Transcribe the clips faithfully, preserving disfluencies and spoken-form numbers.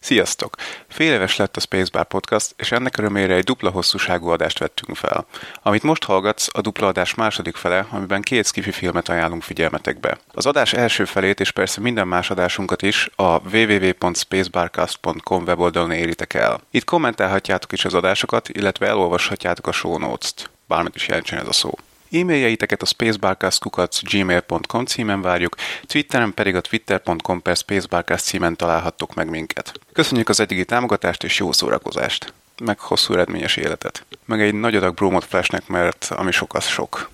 Sziasztok! Féléves lett a Spacebar Podcast, és ennek örömére egy dupla hosszúságú adást vettünk fel. Amit most hallgatsz, a dupla adás második fele, amiben két sci-fi filmet ajánlunk figyelmetekbe. Az adás első felét és persze minden más adásunkat is a double-u double-u double-u pont spacebarcast pont com weboldalon éritek el. Itt kommentálhatjátok is az adásokat, illetve elolvashatjátok a show notes-t. Bármit is jelentsen ez a szó. E-mailjeiteket a spacebarcast kukac gmail pont com címen várjuk, Twitteren pedig a twitter pont com per spacebarcast címen találhattok meg minket. Köszönjük az eddigi támogatást és jó szórakozást! Meg hosszú eredményes életet! Meg egy nagy adag brómot Flashnek, mert ami sok, az sok.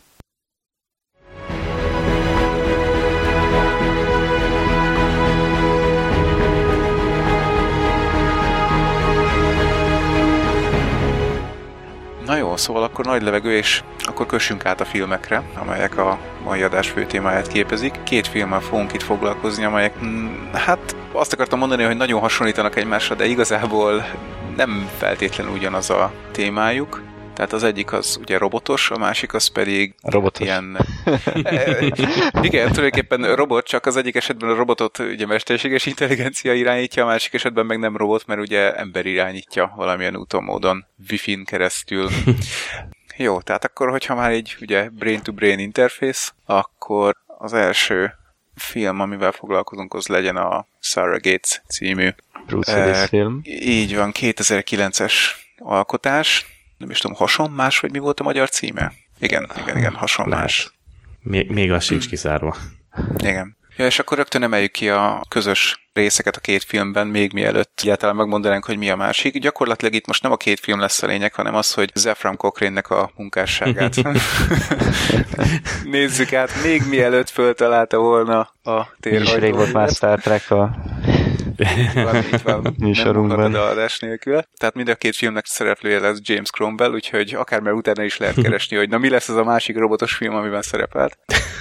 Na jó, szóval akkor nagy levegő, és akkor kössünk át a filmekre, amelyek a mai adás fő témáját képezik. Két filmmel fogunk itt foglalkozni, amelyek, hát azt akartam mondani, hogy nagyon hasonlítanak egymásra, de igazából nem feltétlenül ugyanaz a témájuk. Tehát az egyik az ugye robotos, a másik az pedig robotos. Ilyen... Igen, tulajdonképpen robot, csak az egyik esetben a robotot ugye mesterséges intelligencia irányítja, a másik esetben meg nem robot, mert ugye ember irányítja valamilyen úton, módon, Wi-Fi-n keresztül. Jó, tehát akkor, hogyha már így ugye brain-to-brain interface, akkor az első film, amivel foglalkozunk, az legyen a Surrogates című. Bruce Willis uh, film. Így van, kétezer-kilences alkotás. Nem is tudom, hasonmás, vagy mi volt a magyar címe? Igen, igen, igen, hasonmás. Még, még az sincs kiszárva. Igen. Ja, és akkor rögtön emeljük ki a közös részeket a két filmben, még mielőtt egyáltalán megmondanánk, hogy mi a másik. Gyakorlatilag itt most nem a két film lesz a lényeg, hanem az, hogy Zefram Cochrane-nek a munkásságát nézzük át, még mielőtt föltalálta volna a térhajtót. És rég volt már Star Trek a műsorunkban. Nem adás nélkül. Tehát mind a két filmnek szereplője lesz James Cromwell, úgyhogy akár már utána is lehet keresni, hogy na mi lesz az a másik robotos film, amiben szerepelt.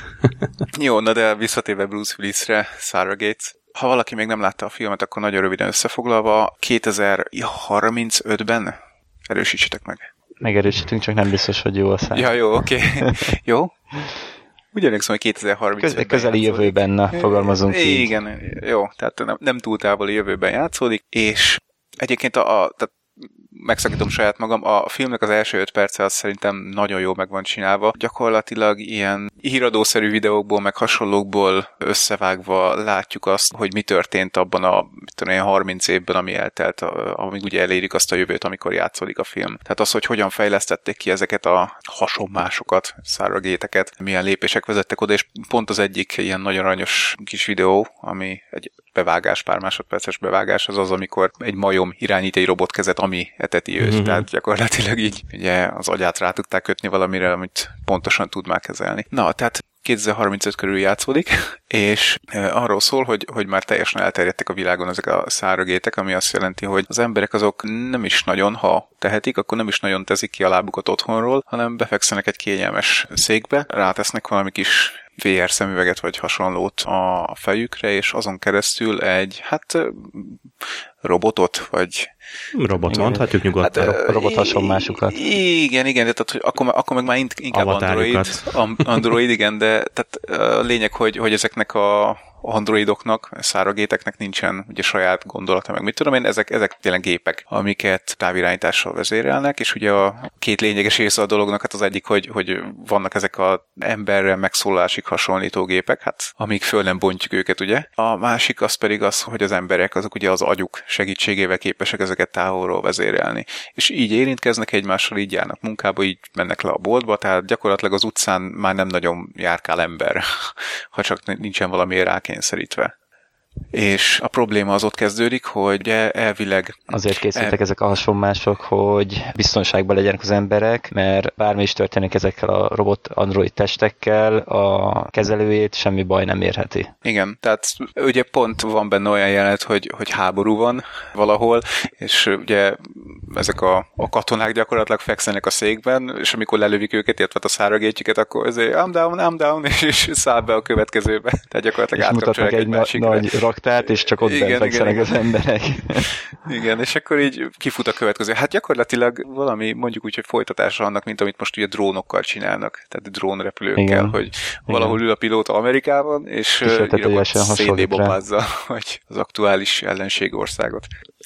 Jó, na de visszatérve Bruce Willisre, Surrogates. Ha valaki még nem látta a filmet, akkor nagyon röviden összefoglalva, kétezer-harmincötben erősítsetek meg. Megerősítünk, csak nem biztos, hogy jó a szám. Ja, jó, oké. Okay. Jó. Ugyanek szóval kétezer-harmincötben Köz, közeli játszódik. Jövőben, na, fogalmazunk így. Igen, jó, tehát nem, nem túl távoli jövőben játszódik, és egyébként a, a tehát megszakítom saját magam, a filmnek az első öt perce az szerintem nagyon jó meg van csinálva. Gyakorlatilag ilyen híradószerű videókból, meg hasonlókból összevágva látjuk azt, hogy mi történt abban a tudom, harminc évben, ami eltelt, amíg ugye elérjük azt a jövőt, amikor játszódik a film. Tehát az, hogy hogyan fejlesztették ki ezeket a hasonmásokat, Surrogate-eket, milyen lépések vezettek oda, és pont az egyik ilyen nagyon aranyos kis videó, ami egy bevágás, pár másodperces bevágás, az az, amikor egy majom irányít egy robotkezet, ami eteti őt. Mm-hmm. Tehát gyakorlatilag így ugye az agyát rá tudták kötni valamire, amit pontosan tud már kezelni. Na, tehát kétezer-harmincöt körül játszódik, és e, arról szól, hogy, hogy már teljesen elterjedtek a világon ezek a Surrogate-ek, ami azt jelenti, hogy az emberek azok nem is nagyon, ha tehetik, akkor nem is nagyon teszik ki a lábukat otthonról, hanem befekszenek egy kényelmes székbe, rátesznek valami kis vé er szemüveget vagy hasonlót a fejükre, és azon keresztül egy, hát robotot, vagy... Robot, mondhatjuk nyugodtan. Hát, a robot hasonmásukat. Igen, igen, de tehát, hogy akkor, akkor meg már inkább Android. Android, igen, de tehát a lényeg, hogy, hogy ezeknek a androidoknak, Surrogate-eknek nincsen ugye saját gondolata, meg mit tudom én, ezek, ezek tényleg gépek, amiket távirányítással vezérelnek, és ugye a két lényeges része a dolognak, hát az egyik, hogy, hogy vannak ezek az emberre megszólalásig hasonlító gépek, hát amíg föl nem bontjuk őket, ugye. A másik az pedig az, hogy az emberek azok ugye az agyuk segítségével képesek ezeket távolról vezérelni. És így érintkeznek egymással, így járnak munkába, így mennek le a boltba, tehát gyakorlatilag az utcán már nem nagyon járkál ember, ha csak nincsen valami rákényszerítve. És a probléma az ott kezdődik, hogy elvileg... Azért készültek el... ezek a hasonmások, hogy biztonságban legyenek az emberek, mert bármi is történik ezekkel a robot android testekkel, a kezelőjét semmi baj nem érheti. Igen, tehát ugye pont van benne olyan jelenet, hogy, hogy háború van valahol, és ugye ezek a, a katonák gyakorlatilag fekszenek a székben, és amikor lelövik őket, illetve a Surrogate-jüket, akkor azért I'm down, I'm down, és, és száll be a következőbe. Tehát gyakorlatilag átkapcsolják egy másikra. Nagy raktát, és csak ott bent fekszenek az emberek. Igen, és akkor így kifut a következő. Hát gyakorlatilag valami, mondjuk úgy, hogy folytatása annak, mint amit most ugye drónokkal csinálnak, tehát drónrepülőkkel, igen, hogy valahol igen, ül a pilóta Amerikában, és szénné bombázza, hogy az aktuális ellenség országot.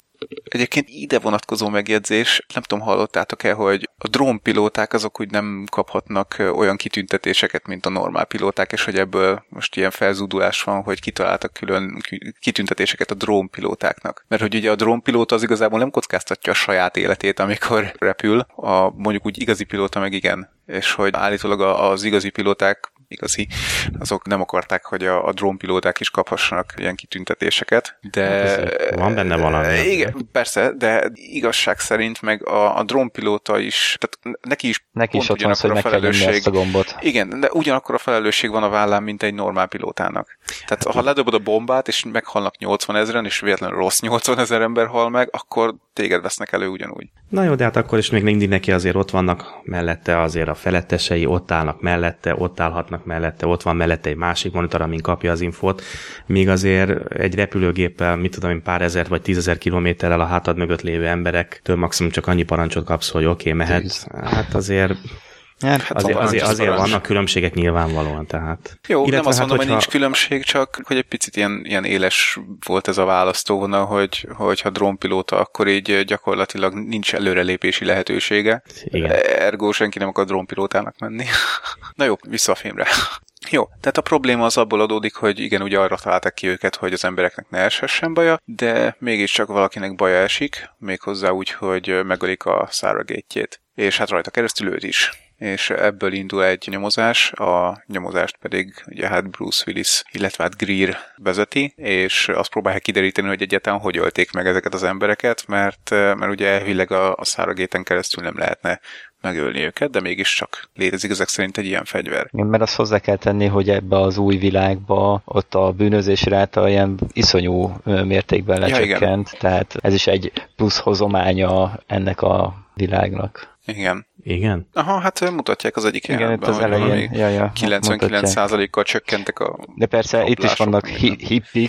egyébként ide vonatkozó megjegyzés, nem tudom, hallottátok-e, hogy a drónpilóták azok úgy nem kaphatnak olyan kitüntetéseket, mint a normál pilóták, és hogy ebből most ilyen felzúdulás van, hogy kitaláltak külön kitüntetéseket a drónpilótáknak. Mert hogy ugye a drónpilóta az igazából nem kockáztatja a saját életét, amikor repül, a mondjuk úgy igazi pilóta meg igen. És hogy állítólag az igazi pilóták igazi, azok nem akarták, hogy a, a drónpilóták is kaphassanak ilyen kitüntetéseket, de... Hát van benne valami. Igen, persze, de igazság szerint meg a, a drónpilóta is, tehát neki is neki is ott van az, hogy meg kell nyomni ezt a gombot. Igen, de ugyanakkor a felelősség van a vállán, mint egy normál pilótának. Tehát ha ledobod a bombát, és meghalnak nyolcvan ezeren, és véletlenül rossz nyolcvan ezer ember hal meg, akkor téged vesznek elő ugyanúgy. Na jó, de hát akkor is még mindig neki azért ott vannak mellette azért a felettesei, ott állnak mellette, ott állhatnak mellette, ott van mellette egy másik monitor, amin kapja az infót, míg azért egy repülőgéppel, mit tudom én, pár ezer vagy tízezer kilométerrel a hátad mögött lévő emberektől maximum csak annyi parancsot kapsz, hogy oké, okay, mehet. Tíz. Hát azért... Hát azért, azért, azért vannak különbségek nyilvánvalóan, tehát. Jó, illetve nem azt hát, mondom, hogyha... hogy nincs különbség, csak hogy egy picit ilyen, ilyen éles volt ez a választóvonal, hogy, hogyha drónpilóta, akkor így gyakorlatilag nincs előrelépési lehetősége. Igen. Ergo senki nem akar drónpilótának menni. Na jó, vissza a filmre. Jó, tehát a probléma az abból adódik, hogy igen, ugye arra találták ki őket, hogy az embereknek ne eshessen baja, de mégiscsak valakinek baja esik, méghozzá úgy, hogy megölik a Sarah-gétjét. És hát rajta keresztül őt is. És ebből indul egy nyomozás, a nyomozást pedig ugye hát Bruce Willis, illetve hát Greer vezeti, és azt próbálják kideríteni, hogy egyáltalán hogy ölték meg ezeket az embereket, mert, mert ugye elvileg a, a Sarah-géten keresztül nem lehetne megölni őket, de mégiscsak létezik ezek szerint egy ilyen fegyver. Igen, mert azt hozzá kell tenni, hogy ebbe az új világba ott a bűnözés ráta ilyen iszonyú mértékben lecsökkent, ja, tehát ez is egy plusz hozománya ennek a világnak. Igen. Igen? Aha, hát mutatják az egyik igen, jelenben, az elején. Ja, ja, kilencvenkilenc százalékkal csökkentek a de persze itt is vannak hi- hippik,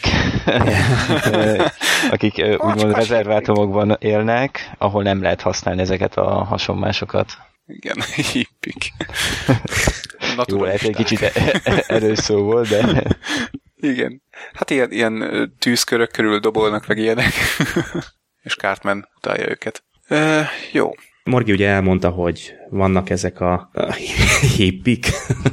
akik úgymond rezervátumokban élnek, ahol nem lehet használni ezeket a hasonmásokat. Igen, hippik. Jó, lehet egy kicsit erős szó volt, de... Igen. Hát ilyen, ilyen tűzkörök körül dobolnak meg ilyenek, és Cartman utálja őket. Uh, jó. Morgi ugye elmondta, hogy vannak ezek a hippik,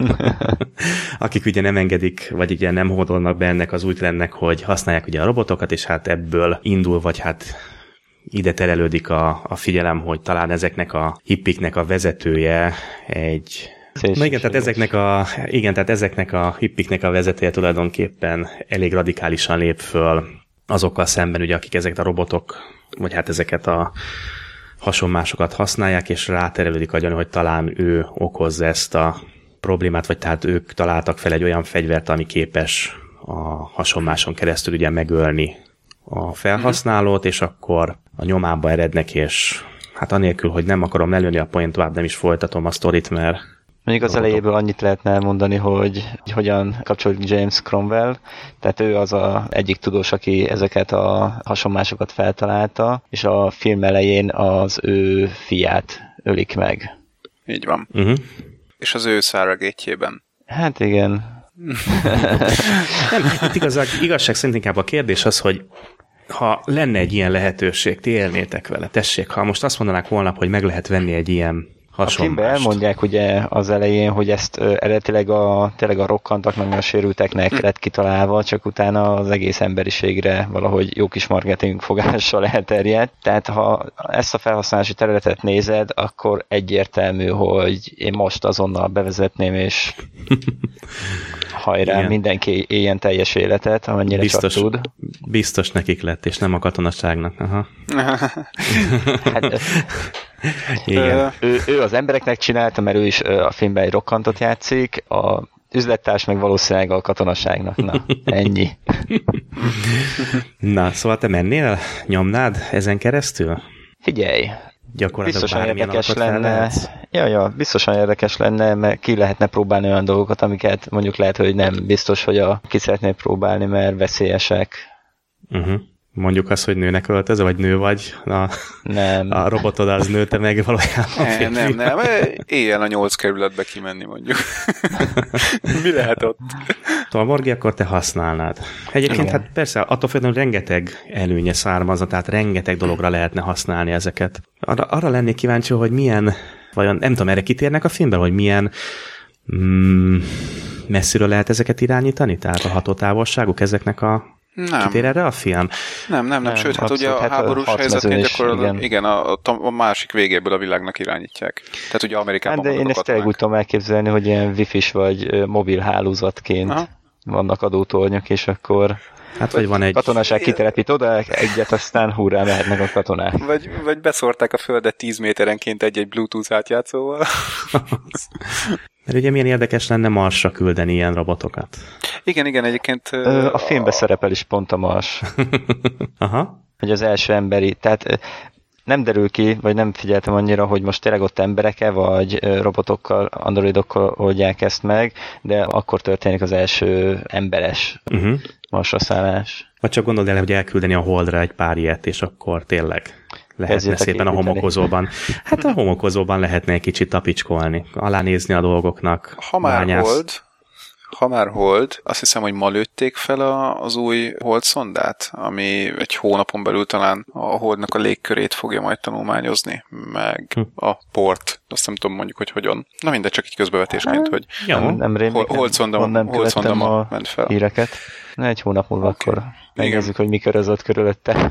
akik ugye nem engedik, vagy ugye nem hódolnak be ennek az új trendnek, hogy használják ugye a robotokat, és hát ebből indul, vagy hát ide terelődik a, a figyelem, hogy talán ezeknek a hippiknek a vezetője egy... Na igen, tehát ezeknek a, igen, tehát ezeknek a hippiknek a vezetője tulajdonképpen elég radikálisan lép föl azokkal szemben, ugye, akik ezeket a robotok, vagy hát ezeket a hasonmásokat használják, és ráterelődik agyon, hogy talán ő okozza ezt a problémát, vagy tehát ők találtak fel egy olyan fegyvert, ami képes a hasonmáson keresztül ugye megölni a felhasználót, és akkor a nyomába erednek, és hát anélkül, hogy nem akarom lelőni a point, tovább nem is folytatom a sztorit, mert mondjuk az elejéből annyit lehetne elmondani, hogy hogyan kapcsolódik James Cromwell, tehát ő az a egyik tudós, aki ezeket a hasonmásokat feltalálta, és a film elején az ő fiát ölik meg. Így van. Uh-huh. És az ő Sarah-gétjében. Hát igen. Nem, hát igazság, igazság szerint inkább a kérdés az, hogy ha lenne egy ilyen lehetőség, ti élnétek vele, tessék, ha most azt mondanák holnap, hogy meg lehet venni egy ilyen hasonmást. A filmben elmondják ugye az elején, hogy ezt ö, eredetileg a, tényleg a rokkantaknak, a sérülteknek hm. lett kitalálva, csak utána az egész emberiségre valahogy jó kis marketing fogással elterjedt. Tehát ha ezt a felhasználási területet nézed, akkor egyértelmű, hogy én most azonnal bevezetném, és hajrá, igen. Mindenki éljen teljes életet, amennyire biztos, csak tud. Biztos nekik lett, és nem a katonaságnak. Aha. Hát, igen. Ő, ő az embereknek csinálta, mert ő is a filmben egy rokkantot játszik, a üzlettárs meg valószínűleg a katonaságnak. Na, ennyi. Na, szóval te mennél? Nyomnád ezen keresztül? Figyelj, biztosan érdekes lenne, ja, ja, biztosan érdekes lenne, mert ki lehetne próbálni olyan dolgokat, amiket mondjuk lehet, hogy nem biztos, hogy a, ki szeretné próbálni, mert veszélyesek. Uh-huh. Mondjuk azt, hogy nőnek öltözve, vagy nő vagy, a, nem. a robotod az nő, te meg valójában nem, nem, nem, éjjel a nyolc kerületbe kimenni mondjuk. Mi lehet ott? A Morgi, akkor te használnád. Egyébként igen. Hát persze, attól függően rengeteg előnye származna, tehát rengeteg dologra lehetne használni ezeket. Arra, arra lennék kíváncsi, hogy milyen, vajon, nem tudom, erre kitérnek a filmben, hogy milyen mm, messziről lehet ezeket irányítani? Tehát a hatótávolságuk ezeknek a... Nem. Kitér erre a film? Nem, nem, nem. nem Sőt, hát ugye a háborús helyzetnél gyakorlatilag igen, igen a, a másik végéből a világnak irányítják. Tehát ugye Amerikában... Hát de én ezt tényleg úgy tudom elképzelni, hogy ilyen wifi-s vagy mobil hálózatként aha. vannak adótornyok, és akkor... Hát vagy van egy... Katonaság kitelepít oda egyet, aztán hurrá mehetnek a katonák. Vagy, vagy beszórták a földet tíz méterenként egy-egy Bluetooth átjátszóval. Mert ugye milyen érdekes lenne Marsra küldeni ilyen robotokat. Igen, igen, egyébként... Ö, a filmben a... szerepel is pont a Mars. Aha. Hogy az első emberi... Tehát nem derül ki, vagy nem figyeltem annyira, hogy most tényleg ott emberek-e, vagy robotokkal, androidokkal oldják ezt meg, de akkor történik az első emberes uh-huh. Marsra szállás. Vagy csak gondold el, hogy elküldeni a Holdra egy pár ilyet, és akkor tényleg lehetne szépen a homokozóban. Hát a homokozóban lehetne egy kicsit tapicskolni, alánézni a dolgoknak. Ha már Hold, ha már Hold, azt hiszem, hogy ma lőtték fel a, az új Hold szondát, ami egy hónapon belül talán a Holdnak a légkörét fogja majd tanulmányozni, meg hm. a port. Azt nem tudom mondjuk, hogy hogyan. Na mindegy, csak egy közbevetésként, hogy nem, nem rémlik, Hold szonda ment fel. Híreket. Na, egy hónap múlva okay. Akkor megnézzük, hogy mi körözött körülötte.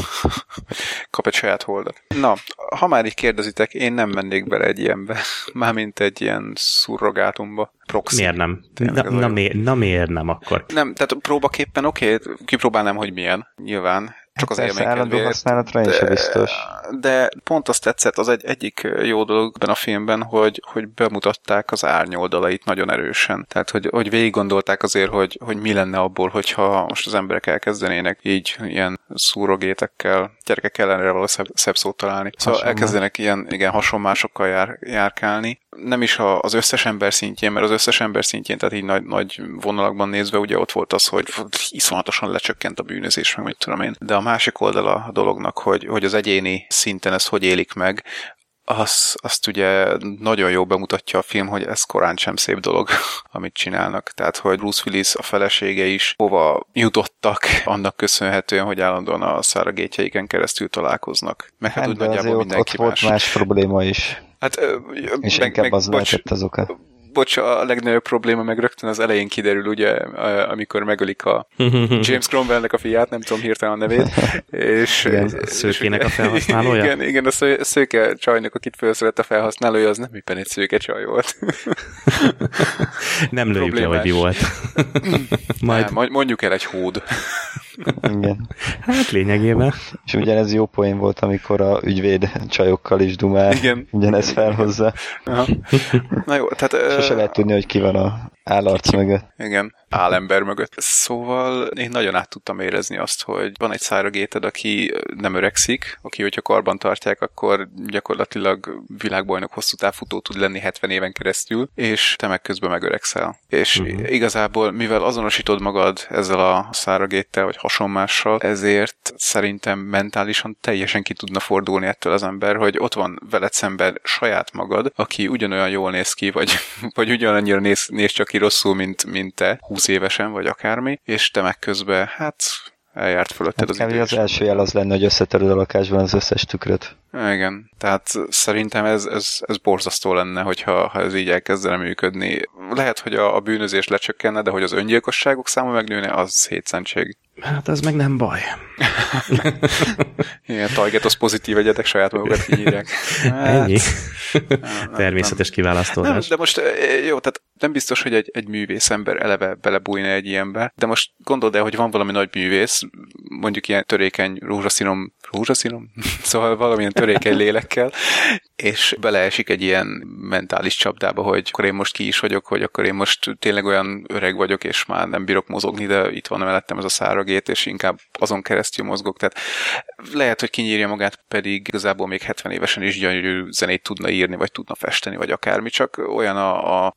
Kap egy saját Holdat. Na, ha már így kérdezitek, én nem mennék bele egy ilyenbe. Mármint egy ilyen szurrogátumba. Proxy. Miért nem? Na, na, miért, na miért nem akkor? Nem, tehát próbaképpen oké, okay, kipróbálnám, hogy milyen, nyilván. Csak az élmény kedvéért. Használatra én sem biztos. De pont azt tetszett, az egy egyik jó dolog benne a filmben, hogy, hogy bemutatták az árnyoldalait nagyon erősen. Tehát, hogy, hogy végig gondolták azért, hogy, hogy mi lenne abból, hogyha most az emberek elkezdenének így ilyen szúrogétekkel, gyerekek ellenére való szebb, szebb szót találni. Szóval hasonló. Elkezdenek ilyen igen, hasonmásokkal jár, járkálni. Nem is a, az összes ember szintjén, mert az összes ember szintjén, tehát így nagy, nagy vonalakban nézve, ugye ott volt az, hogy iszonyatosan lecsökkent a bűnözés, meg mit tudom én. De a másik oldala a dolognak, hogy, hogy az egyéni szinten ezt hogy élik meg, azt, azt ugye nagyon jól bemutatja a film, hogy ez korán sem szép dolog, amit csinálnak. Tehát, hogy Bruce Willis, a felesége is hova jutottak, annak köszönhetően, hogy állandóan a száragétjeiken keresztül találkoznak. Meg hát, hát úgy nagyjából mindenki ott más. Ott más probléma is. Hát, és meg, inkább meg, az bocs, lehetett az oka. Bocs, a legnagyobb probléma meg rögtön az elején kiderül, ugye, amikor megölik a James Cromwellnek a fiát, nem tudom hirtelen a nevét. És, igen, és szőkének a felhasználója? Igen, igen, a szőke csajnak, akit felszólett a felhasználója, az nem éppen egy szőke csaj volt. Nem lőjük le, hogy mi volt. Majd... Nem, mondjuk el egy hód. Igen. Hát lényegében. És ugyanez jó poén volt, amikor a ügyvéd csajokkal is dumál. Igen. Ugyanez felhozza. Aha. Na jó, tehát... Sose lehet tudni, hogy ki van a állarc mögött. Igen, álember mögött. Szóval én nagyon át tudtam érezni azt, hogy van egy száragéted, aki nem öregszik, aki, hogyha karban tartják, akkor gyakorlatilag világbajnok hosszú távfutó tud lenni hetven éven keresztül, és te meg közben megöregszel. És uh-huh. igazából, mivel azonosítod magad ezzel a száragéttel, vagy hasonmással, ezért szerintem mentálisan teljesen ki tudna fordulni ettől az ember, hogy ott van veled szemben saját magad, aki ugyanolyan jól néz ki, vagy, vagy ugyanannyira néz, néz csak ki rosszul, mint, mint te, húsz évesen, vagy akármi, és te meg közben, hát eljárt fölötted hát az idő. Az első jel az lenne, hogy összetöröd a lakásban az összes tükröt. Igen, tehát szerintem ez, ez, ez borzasztó lenne, hogyha ha ez így elkezdene működni. Lehet, hogy a, a bűnözés lecsökkenne, de hogy az öngyilkosságok száma megnőne, az hétszentség. Hát az meg nem baj. Igen, target, az pozitív egyedek, saját magukat kinyírják. Hát, ennyi. Természetes kiválasztás. Nem, de most jó, tehát nem biztos, hogy egy, egy művész ember eleve belebújna egy ilyenbe, de most gondold el, hogy van valami nagy művész, mondjuk ilyen törékeny rózsaszínom, rózsaszínom? Szóval valamilyen törékeny lélekkel, és beleesik egy ilyen mentális csapdába, hogy akkor én most ki is vagyok, hogy akkor én most tényleg olyan öreg vagyok, és már nem bírok mozogni, de itt van mellettem ez a száragét, és inkább azon keresztül mozgok. Tehát lehet, hogy kinyírja magát, pedig igazából még hetven évesen is gyönyörű zenét tudna írni, vagy tudna festeni, vagy akármi, csak olyan a, a psziché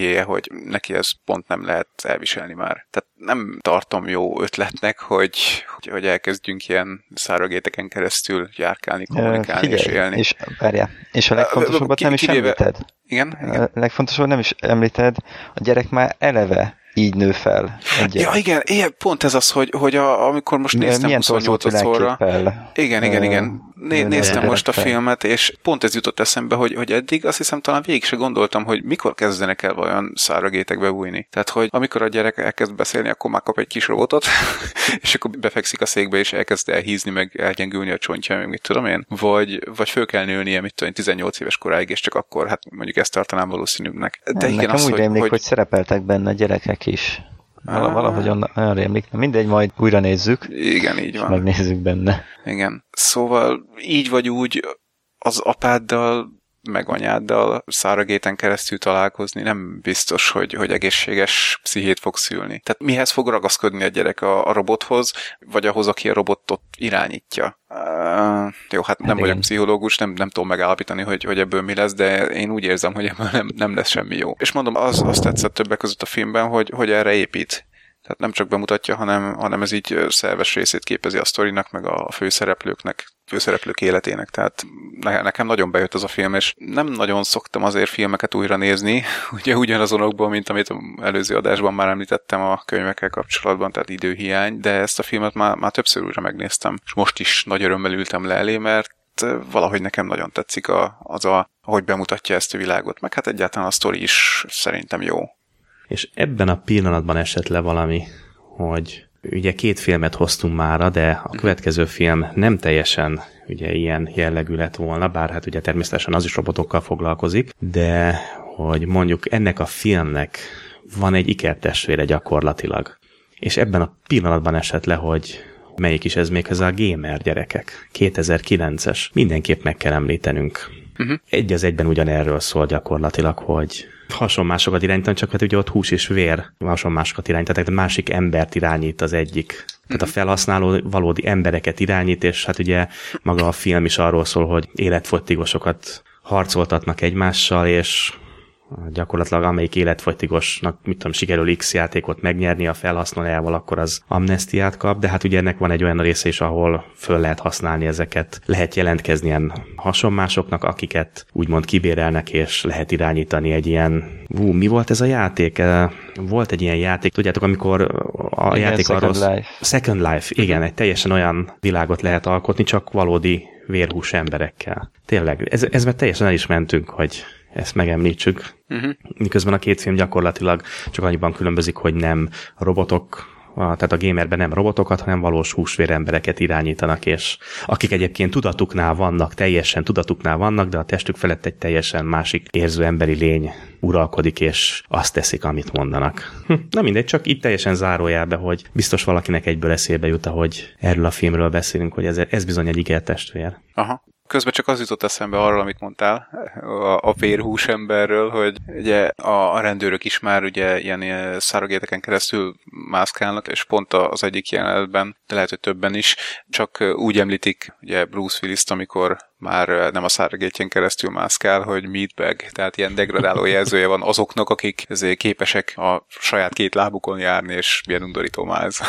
büdzséje, hogy neki ez pont nem lehet elviselni már. Tehát nem tartom jó ötletnek, hogy, hogy, hogy elkezdjünk ilyen száragéteken keresztül járkálni, kommunikálni Figyelj, és élni. És, várjál, és a legfontosabbat nem is Kivéve... említed. Igen? Igen? A legfontosabb nem is említed, a gyerek már eleve így nő fel. Ja, igen, igen, pont ez az, hogy, hogy a, amikor most néztem huszonnyolc szóra. Igen, igen, igen. Né, néztem most a filmet, és pont ez jutott eszembe, hogy, hogy eddig azt hiszem talán végig se gondoltam, hogy mikor kezdenek el olyan száragétekbe bújni. Tehát, hogy amikor a gyerek elkezd beszélni, akkor már kap egy kis robotot, és akkor befekszik a székbe, és elkezd elhízni, meg elgyengülni a csontja, meg mit tudom én. Vagy, vagy föl kell nőnie, mit tudom én, tizennyolc éves koráig, és csak akkor, hát mondjuk ezt tartanám valószínűbbnek. De nem, igen, nekem az, úgy hogy, rémlik, hogy... hogy szerepeltek benne gyerekek is. Val- valahogy onnan, olyan rémlik. Na mindegy, majd újra nézzük. Igen, így van. Megnézzük benne. Igen. Szóval így vagy úgy az apáddal, meg anyáddal száragéten keresztül találkozni nem biztos, hogy, hogy egészséges pszichét fog szülni. Tehát mihez fog ragaszkodni a gyerek a, a robothoz, vagy ahhoz, aki a robotot irányítja. Uh, jó, hát nem hát vagyok pszichológus, nem, nem tudom megállapítani, hogy, hogy ebből mi lesz, de én úgy érzem, hogy ebből nem, nem lesz semmi jó. És mondom, az, azt tetszett többek között a filmben, hogy, hogy erre épít. Tehát nem csak bemutatja, hanem, hanem ez így szerves részét képezi a sztorinak, meg a főszereplőknek, főszereplők életének. Tehát nekem nagyon bejött az a film, és nem nagyon szoktam azért filmeket újra nézni, ugye ugyanazonokból, mint amit előző adásban már említettem a könyvekkel kapcsolatban, tehát időhiány, de ezt a filmet már, már többször újra megnéztem, és most is nagy örömmel ültem le elé, mert valahogy nekem nagyon tetszik a, az, a, ahogy bemutatja ezt a világot, meg hát egyáltalán a sztori is szerintem jó. És ebben a pillanatban esett le valami, hogy ugye két filmet hoztunk mára, de a következő film nem teljesen ugye ilyen jellegű lett volna, bár hát ugye természetesen az is robotokkal foglalkozik, de hogy mondjuk ennek a filmnek van egy ikertestvére gyakorlatilag. És ebben a pillanatban esett le, hogy melyik is ez, méghozzá a gamer gyerekek. kétezer-kilences. Mindenképp meg kell említenünk. Uh-huh. Egy az egyben ugyanerről szól gyakorlatilag, hogy hasonmásokat irányítanak, csak hát ugye ott hús és vér hasonmásokat irányítanak, de másik embert irányít az egyik. Tehát a felhasználó valódi embereket irányít, és hát ugye maga a film is arról szól, hogy életfogytigosokat harcoltatnak egymással, és gyakorlatilag amelyik életfogytigosnak, mit tudom, sikerül X játékot megnyerni a felhasználójával, akkor az amnestiát kap, de hát ugye ennek van egy olyan része is, ahol föl lehet használni ezeket. Lehet jelentkezni ilyen hasonmásoknak, akiket úgymond kibérelnek, és lehet irányítani egy ilyen... Hú, mi volt ez a játék? Volt egy ilyen játék, tudjátok, amikor a igen, játék Second arról... Life. Second Life, igen, egy teljesen olyan világot lehet alkotni, csak valódi vérhús emberekkel. Tényleg, ez, ez mert teljesen el is mentünk, hogy ezt megemlítsük. Uh-huh. Miközben a két film gyakorlatilag csak annyiban különbözik, hogy nem robotok, tehát a gamerben nem robotokat, hanem valós húsvér embereket irányítanak, és akik egyébként tudatuknál vannak, teljesen tudatuknál vannak, de a testük felett egy teljesen másik érző emberi lény uralkodik, és azt teszik, amit mondanak. Hm. Na mindegy, csak itt teljesen zárójelbe, hogy biztos valakinek egyből eszébe jut, hogy erről a filmről beszélünk, hogy ez, ez bizony egy ikertestvér. Aha. Közben csak az jutott eszembe arról, amit mondtál, a, a vérhús emberről, hogy ugye a, a rendőrök is már ugye ilyen, ilyen száragéteken keresztül mászkálnak, és pont az egyik jelenetben, de lehet, hogy többen is, csak úgy említik ugye Bruce Willis-t, amikor már nem a száragétjen keresztül mászkál, hogy meatbag, tehát ilyen degradáló jelzője van azoknak, akik ezért képesek a saját két lábukon járni, és milyen undorító már ez.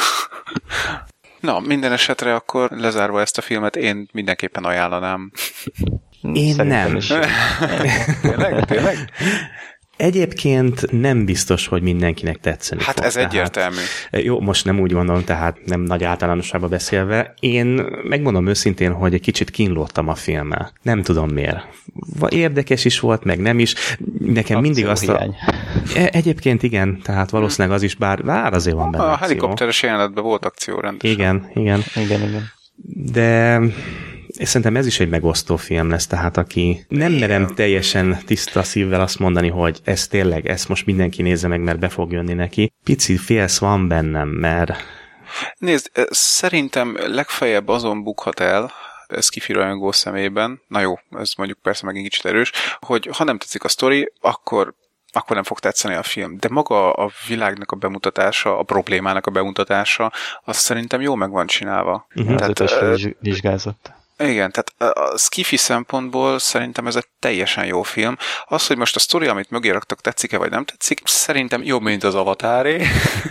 Na, minden esetre akkor lezárva ezt a filmet, én mindenképpen ajánlanám. Én Szerintem nem. Tényleg? Tényleg? Egyébként nem biztos, hogy mindenkinek tetszeni Hát fog, ez tehát, egyértelmű. Jó, most nem úgy gondolom, tehát nem nagy általánosságban beszélve. Én megmondom őszintén, hogy egy kicsit kínlódtam a filmmel. Nem tudom miért. Érdekes is volt, meg nem is. Nekem mindig azt a... Egyébként igen, tehát valószínűleg az is, bár, bár azért van benne A akció. helikopteres jelenetben volt akció rendesen. Igen, igen. Igen, igen. De... és szerintem ez is egy megosztó film lesz, tehát aki nem merem teljesen tiszta szívvel azt mondani, hogy ez tényleg, ezt most mindenki nézze meg, mert be fog jönni neki. Pici félsz van bennem, mert... Nézd, szerintem legfeljebb azon bukhat el, ez kifi rajongó szemében, na jó, ez mondjuk persze megint kicsit erős, hogy ha nem tetszik a sztori, akkor akkor nem fog tetszeni a film. De maga a világnak a bemutatása, a problémának a bemutatása, az szerintem jól meg van csinálva. Uh-huh. Tehát, az ötösre vizsgázott. Igen, tehát a skifi szempontból szerintem ez egy teljesen jó film. Az, hogy most a sztori, amit mögé raktak, tetszik-e vagy nem tetszik, szerintem jobb, mint az Avatáré.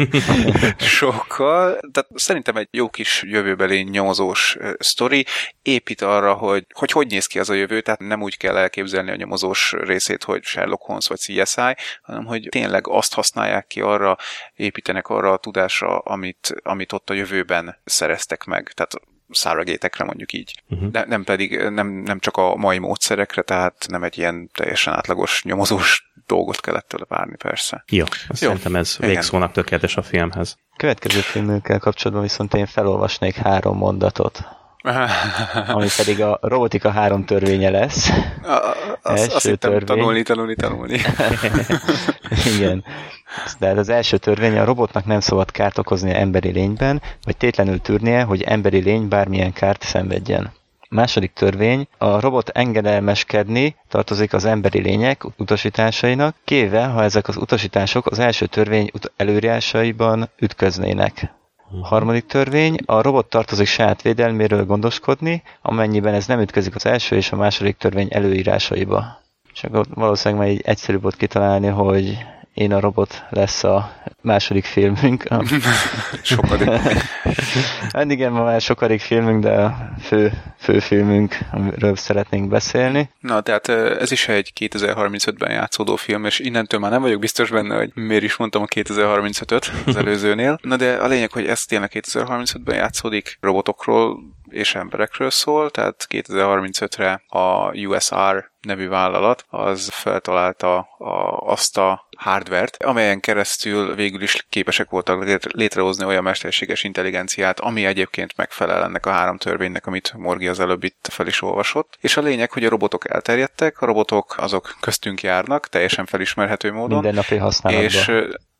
Sokkal. Tehát szerintem egy jó kis jövőbeli nyomozós sztori épít arra, hogy, hogy hogy néz ki az a jövő, tehát nem úgy kell elképzelni a nyomozós részét, hogy Sherlock Holmes vagy C S I, hanem hogy tényleg azt használják ki arra, építenek arra a tudásra, amit, amit ott a jövőben szereztek meg. Tehát Surrogate-ekre mondjuk így. Uh-huh. De nem pedig nem, nem csak a mai módszerekre, tehát nem egy ilyen teljesen átlagos nyomozós dolgot kellett tőle várni, persze. Jó, azt Jó. Szerintem ez végszónak tökéletes a filmhez. Következő filmünkkel kapcsolatban viszont én felolvasnék három mondatot. Ami pedig a robotika három törvénye lesz. A, az, azt hittem törvény. tanulni, tanulni, tanulni. Igen. De az első törvény, a robotnak nem szabad kárt okoznia emberi lényben, vagy tétlenül tűrnie, hogy emberi lény bármilyen kárt szenvedjen. Második törvény, a robot engedelmeskedni tartozik az emberi lények utasításainak, kivéve, ha ezek az utasítások az első törvény előírásaiban ütköznének. A harmadik törvény, a robot tartozik saját védelméről gondoskodni, amennyiben ez nem ütközik az első és a második törvény előírásaiba. És akkor valószínűleg már így egyszerűbb volt kitalálni, hogy Én a robot lesz a második filmünk. Sokadik. Hát igen, ma már sokadik filmünk, de a fő, fő filmünk, amiről szeretnénk beszélni. Na, tehát ez is egy kétezer-harmincötben játszódó film, és innentől már nem vagyok biztos benne, hogy miért is mondtam a kétezer-harmincötöt az előzőnél. Na de a lényeg, hogy ez tényleg kétezer-harmincötben játszódik, robotokról és emberekről szól, tehát kétezer-harmincötre a U S R nevű vállalat az feltalálta a, azt a hardvert, amelyen keresztül végül is képesek voltak létrehozni olyan mesterséges intelligenciát, ami egyébként megfelel ennek a három törvénynek, amit Morgi az előbb itt fel is olvasott. És a lényeg, hogy a robotok elterjedtek, a robotok azok köztünk járnak, teljesen felismerhető módon. Mindennapi használatban. És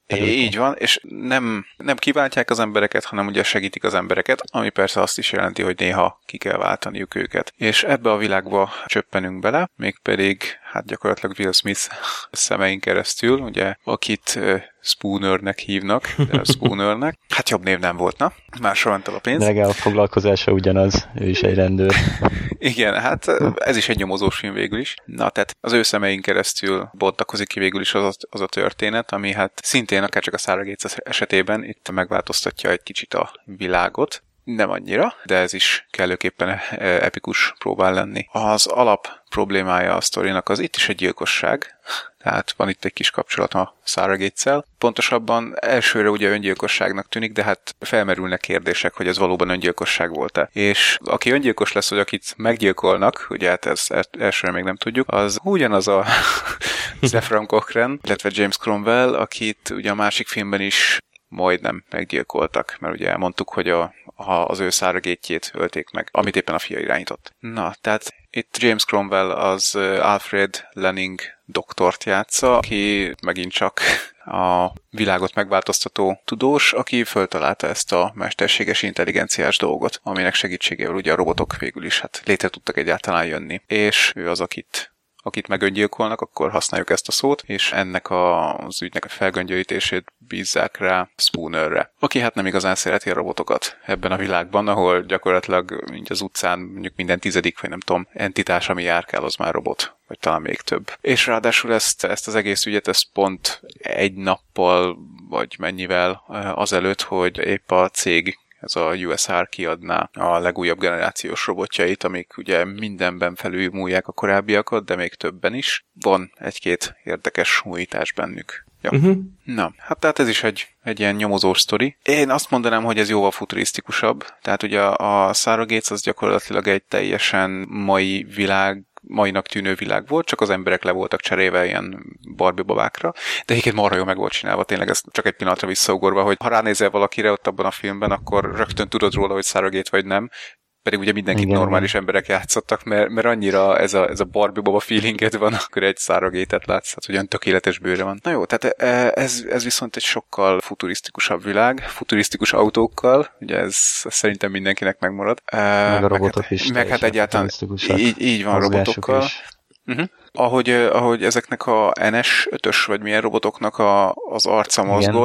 így van, és nem, nem kiváltják az embereket, hanem ugye segítik az embereket, ami persze azt is jelenti, hogy néha ki kell váltaniuk őket. És ebbe a világba csöppenünk bele, mégpedig hát gyakorlatilag Will Smith szemein keresztül, ugye, akit Spoonernek hívnak, de Spoonernek. Hát jobb név nem volt, na? Másra ment el a pénz. De legalább a foglalkozása ugyanaz, ő is egy rendőr. Igen, hát ez is egy nyomozós film végül is. Na, tehát az ő szemein keresztül bontakozik ki végül is az a, az a történet, ami hát szintén akár csak a Surrogate esetében itt megváltoztatja egy kicsit a világot. Nem annyira, de ez is kellőképpen epikus próbál lenni. Az alap problémája a sztorinak az itt is egy gyilkosság, tehát van itt egy kis kapcsolat a Surrogate-szel. Pontosabban elsőre ugye öngyilkosságnak tűnik, de hát felmerülnek kérdések, hogy ez valóban öngyilkosság volt-e. És aki öngyilkos lesz, vagy akit meggyilkolnak, ugye hát ez elsőre még nem tudjuk, az ugyanaz a Zefram Cochrane, illetve James Cromwell, akit ugye a másik filmben is majdnem meggyilkoltak, mert ugye elmondtuk, hogy a, a, az ő Surrogate-jét ölték meg, amit éppen a fia irányított. Na, tehát itt James Cromwell az Alfred Lanning doktort játsza, aki megint csak a világot megváltoztató tudós, aki föltalálta ezt a mesterséges intelligenciás dolgot, aminek segítségével ugye a robotok végül is hát létre tudtak egyáltalán jönni. És ő az, akit akit megöngyilkolnak, akkor használjuk ezt a szót, és ennek a, az ügynek a felgöngyölítését bízzák rá Spoonerre, aki hát nem igazán szereti a robotokat ebben a világban, ahol gyakorlatilag így az utcán mondjuk minden tizedik, vagy nem tudom, entitás, ami járkál, az már robot, vagy talán még több. És ráadásul ezt, ezt az egész ügyet, ezt pont egy nappal, vagy mennyivel azelőtt, hogy épp a cég, ez a U S R kiadná a legújabb generációs robotjait, amik ugye mindenben felülmúlják a korábbiakat, de még többen is. Van egy-két érdekes újítás bennük. Ja. Uh-huh. Na, hát tehát ez is egy, egy ilyen nyomozós sztori. Én azt mondanám, hogy ez jóval futurisztikusabb. Tehát ugye a Surrogates az gyakorlatilag egy teljesen mai világ, mainak tűnő világ volt, csak az emberek le voltak cserélve ilyen Barbie babákra, de egyébként marha jól meg volt csinálva, tényleg ez csak egy pillanatra visszaugorva, hogy ha ránézel valakire ott abban a filmben, akkor rögtön tudod róla, hogy Surrogate vagy nem, pedig ugye mindenkit igen, normális igen. emberek játszottak, mert, mert annyira ez a, ez a Barbie baba feelinged van, akkor egy Surrogate-et látsz, hát olyan tökéletes bőre van. Na jó, tehát ez, ez viszont egy sokkal futurisztikusabb világ, futurisztikus autókkal, ugye ez, ez szerintem mindenkinek megmarad. Meg a robotok meg, is. Meg hát egyáltalán így, így van robotokkal. Uh-huh. Ahogy, ahogy ezeknek a N S ötös vagy milyen robotoknak a, az arca mozgott,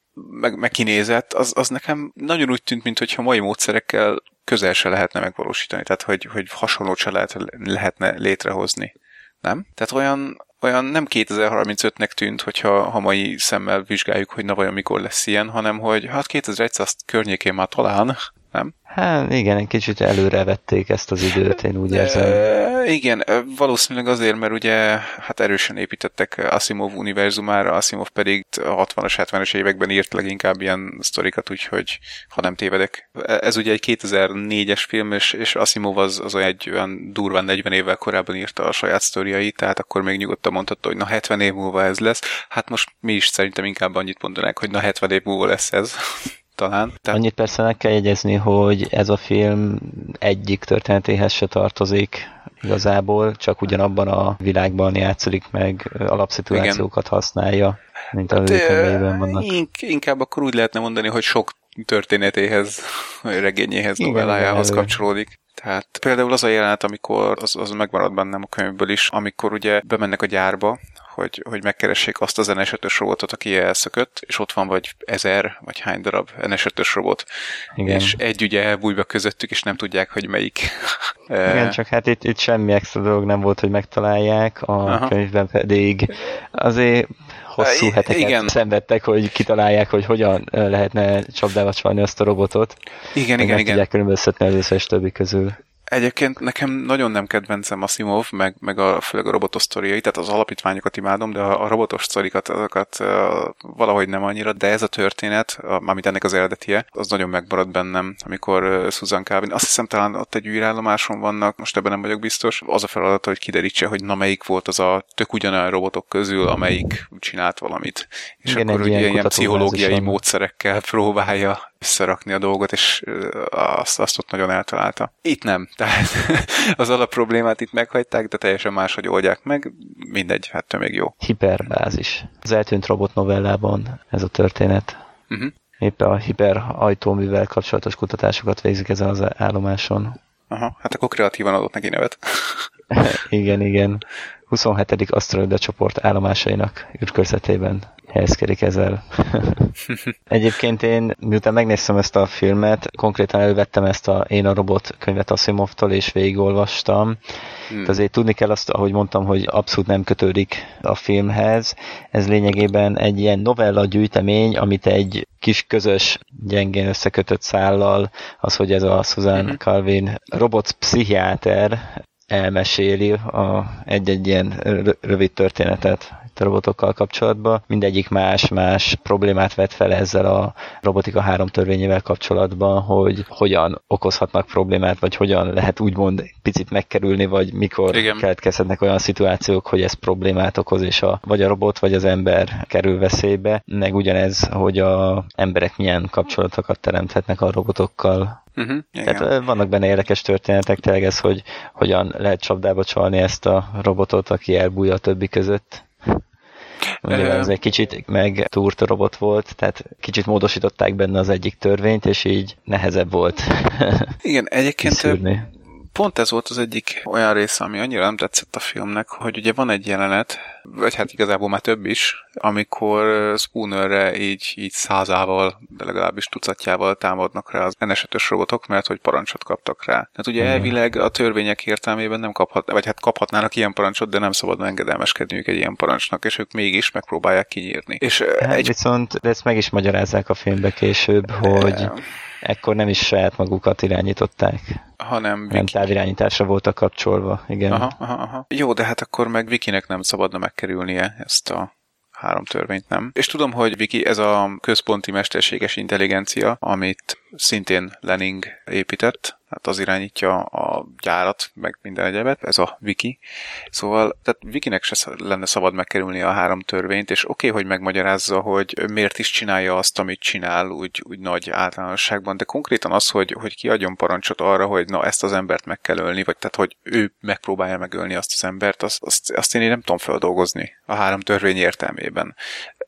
meg, meg kinézett, az, az nekem nagyon úgy tűnt, mintha mai módszerekkel közel se lehetne megvalósítani, tehát hogy, hogy hasonlót se lehet, lehetne létrehozni. Nem? Tehát olyan, olyan nem kétezer-harmincötnek tűnt, hogyha ha mai szemmel vizsgáljuk, hogy na vajon mikor lesz ilyen, hanem hogy hát kétezer-száz környékén már talán, nem? Hát igen, egy kicsit előre vették ezt az időt, én úgy érzem. E, igen, valószínűleg azért, mert ugye hát erősen építettek Asimov univerzumára, Asimov pedig a hatvanas, hetvenes években írt leginkább ilyen sztorikat, úgyhogy ha nem tévedek. Ez ugye egy kétezer-négyes film, és, és Asimov az, az egy olyan durván negyven évvel korábban írta a saját sztoriait, tehát akkor még nyugodtan mondhatta, hogy na hetven év múlva ez lesz. Hát most mi is szerintem inkább annyit mondanánk, hogy na hetven év múlva lesz ez. Talán. Tehát... Annyit persze meg kell jegyezni, hogy ez a film egyik történetéhez se tartozik igazából, csak ugyanabban a világban játszik meg, alapszituációkat igen. használja, mint az őkönyveiben vannak. Inkább akkor úgy lehetne mondani, hogy sok történetéhez, regényéhez, novellájához kapcsolódik. Tehát például az a jelenet, amikor, az, az megmarad bennem a könyvből is, amikor ugye bemennek a gyárba, hogy, hogy megkeressék azt az en es ötös robotot, aki elszökött, és ott van vagy ezer, vagy hány darab en es ötös robot. Igen. És egy ugye elbújj be közöttük, és nem tudják, hogy melyik. Igen, csak hát itt, itt semmi extra dolog nem volt, hogy megtalálják, a Aha. könyvben pedig azért hosszú heteket igen. szenvedtek, hogy kitalálják, hogy hogyan lehetne csapdába csalni azt a robotot. Igen, igen, nem igen. tudják különböztetni az összes többi közül. Egyébként nekem nagyon nem kedvencem Asimov, meg, meg a, főleg a robotos sztoriai, tehát az alapítványokat imádom, de a, a robotos sztorikat, azokat uh, valahogy nem annyira, de ez a történet, amit ennek az eredetie, az nagyon megmarad bennem, amikor uh, Susan Calvin, azt hiszem talán ott egy űrállomáson vannak, most ebben nem vagyok biztos, az a feladata, hogy kiderítse, hogy na melyik volt az a tök ugyanolyan robotok közül, amelyik csinált valamit. És igen, akkor ugye ilyen, ilyen pszichológiai módszerekkel próbálja összerakni a dolgot, és azt, azt ott nagyon eltalálta. Itt nem. Tehát az alapproblémát itt meghagyták, de teljesen máshogy oldják meg. Mindegy, hát még jó. Hiperbázis. Az eltűnt robot novellában ez a történet. Uh-huh. Éppen a hiperajtóművel kapcsolatos kutatásokat végzik ezen az állomáson. Aha, hát akkor kreatívan adott neki nevet. igen, igen. huszonhetedik aszteroida csoport állomásainak űrkörzetében helyezkedik ezzel. Egyébként én, miután megnéztem ezt a filmet, konkrétan elővettem ezt a Én a robot könyvet Asimovtól, és végigolvastam. Hmm. Azért tudni kell azt, ahogy mondtam, hogy abszolút nem kötődik a filmhez. Ez lényegében egy ilyen novella gyűjtemény, amit egy kis közös, gyengén összekötött szállal, az, hogy ez a Susan hmm. Calvin robot pszichiáter elmeséli a egy-egy ilyen rövid történetet a robotokkal kapcsolatban. Mindegyik más-más problémát vet fel ezzel a robotika három törvényével kapcsolatban, hogy hogyan okozhatnak problémát, vagy hogyan lehet úgymond picit megkerülni, vagy mikor Igen. keletkezhetnek olyan szituációk, hogy ez problémát okoz, és a, vagy a robot, vagy az ember kerül veszélybe. Meg ugyanez, hogy a emberek milyen kapcsolatokat teremthetnek a robotokkal. Uh-huh, Tehát vannak benne érdekes történetek, tényleg ez, hogy hogyan lehet csapdába csalni ezt a robotot, aki elbújja a többi között. Ugye ez egy kicsit meg túrt robot volt, tehát kicsit módosították benne az egyik törvényt, és így nehezebb volt. Igen, egyébként kiszűrni. Pont ez volt az egyik olyan része, ami annyira nem tetszett a filmnek, hogy ugye van egy jelenet, vagy hát igazából már több is, amikor Spoonerre így, így százával, de legalábbis tucatjával támadnak rá az en es ötös robotok, mert hogy parancsot kaptak rá. Tehát ugye elvileg a törvények értelmében nem kaphat, vagy hát kaphatnának ilyen parancsot, de nem szabad engedélmeskedniük egy ilyen parancsnak, és ők mégis megpróbálják kinyírni. És hát egy... Viszont de ezt meg is magyarázzák a filmbe később, hogy ekkor nem is saját magukat irányították. Hanem nem távirányításra voltak kapcsolva, igen. Aha, aha, aha. Jó, de hát akkor meg Vikinek nem szabadna megkerülnie ezt a három törvényt, nem? És tudom, hogy Viki, ez a központi mesterséges intelligencia, amit szintén Lenin épített, hát az irányítja a gyárat, meg minden egyebet, ez a Viki. Szóval, tehát Vikinek se lenne szabad megkerülni a három törvényt, és oké, okay, hogy megmagyarázza, hogy miért is csinálja azt, amit csinál, úgy, úgy nagy általánosságban, de konkrétan az, hogy, hogy kiadjon parancsot arra, hogy na ezt az embert meg kell ölni, vagy tehát, hogy ő megpróbálja megölni azt az embert, azt, azt, azt én nem tudom feldolgozni a három törvény értelmében.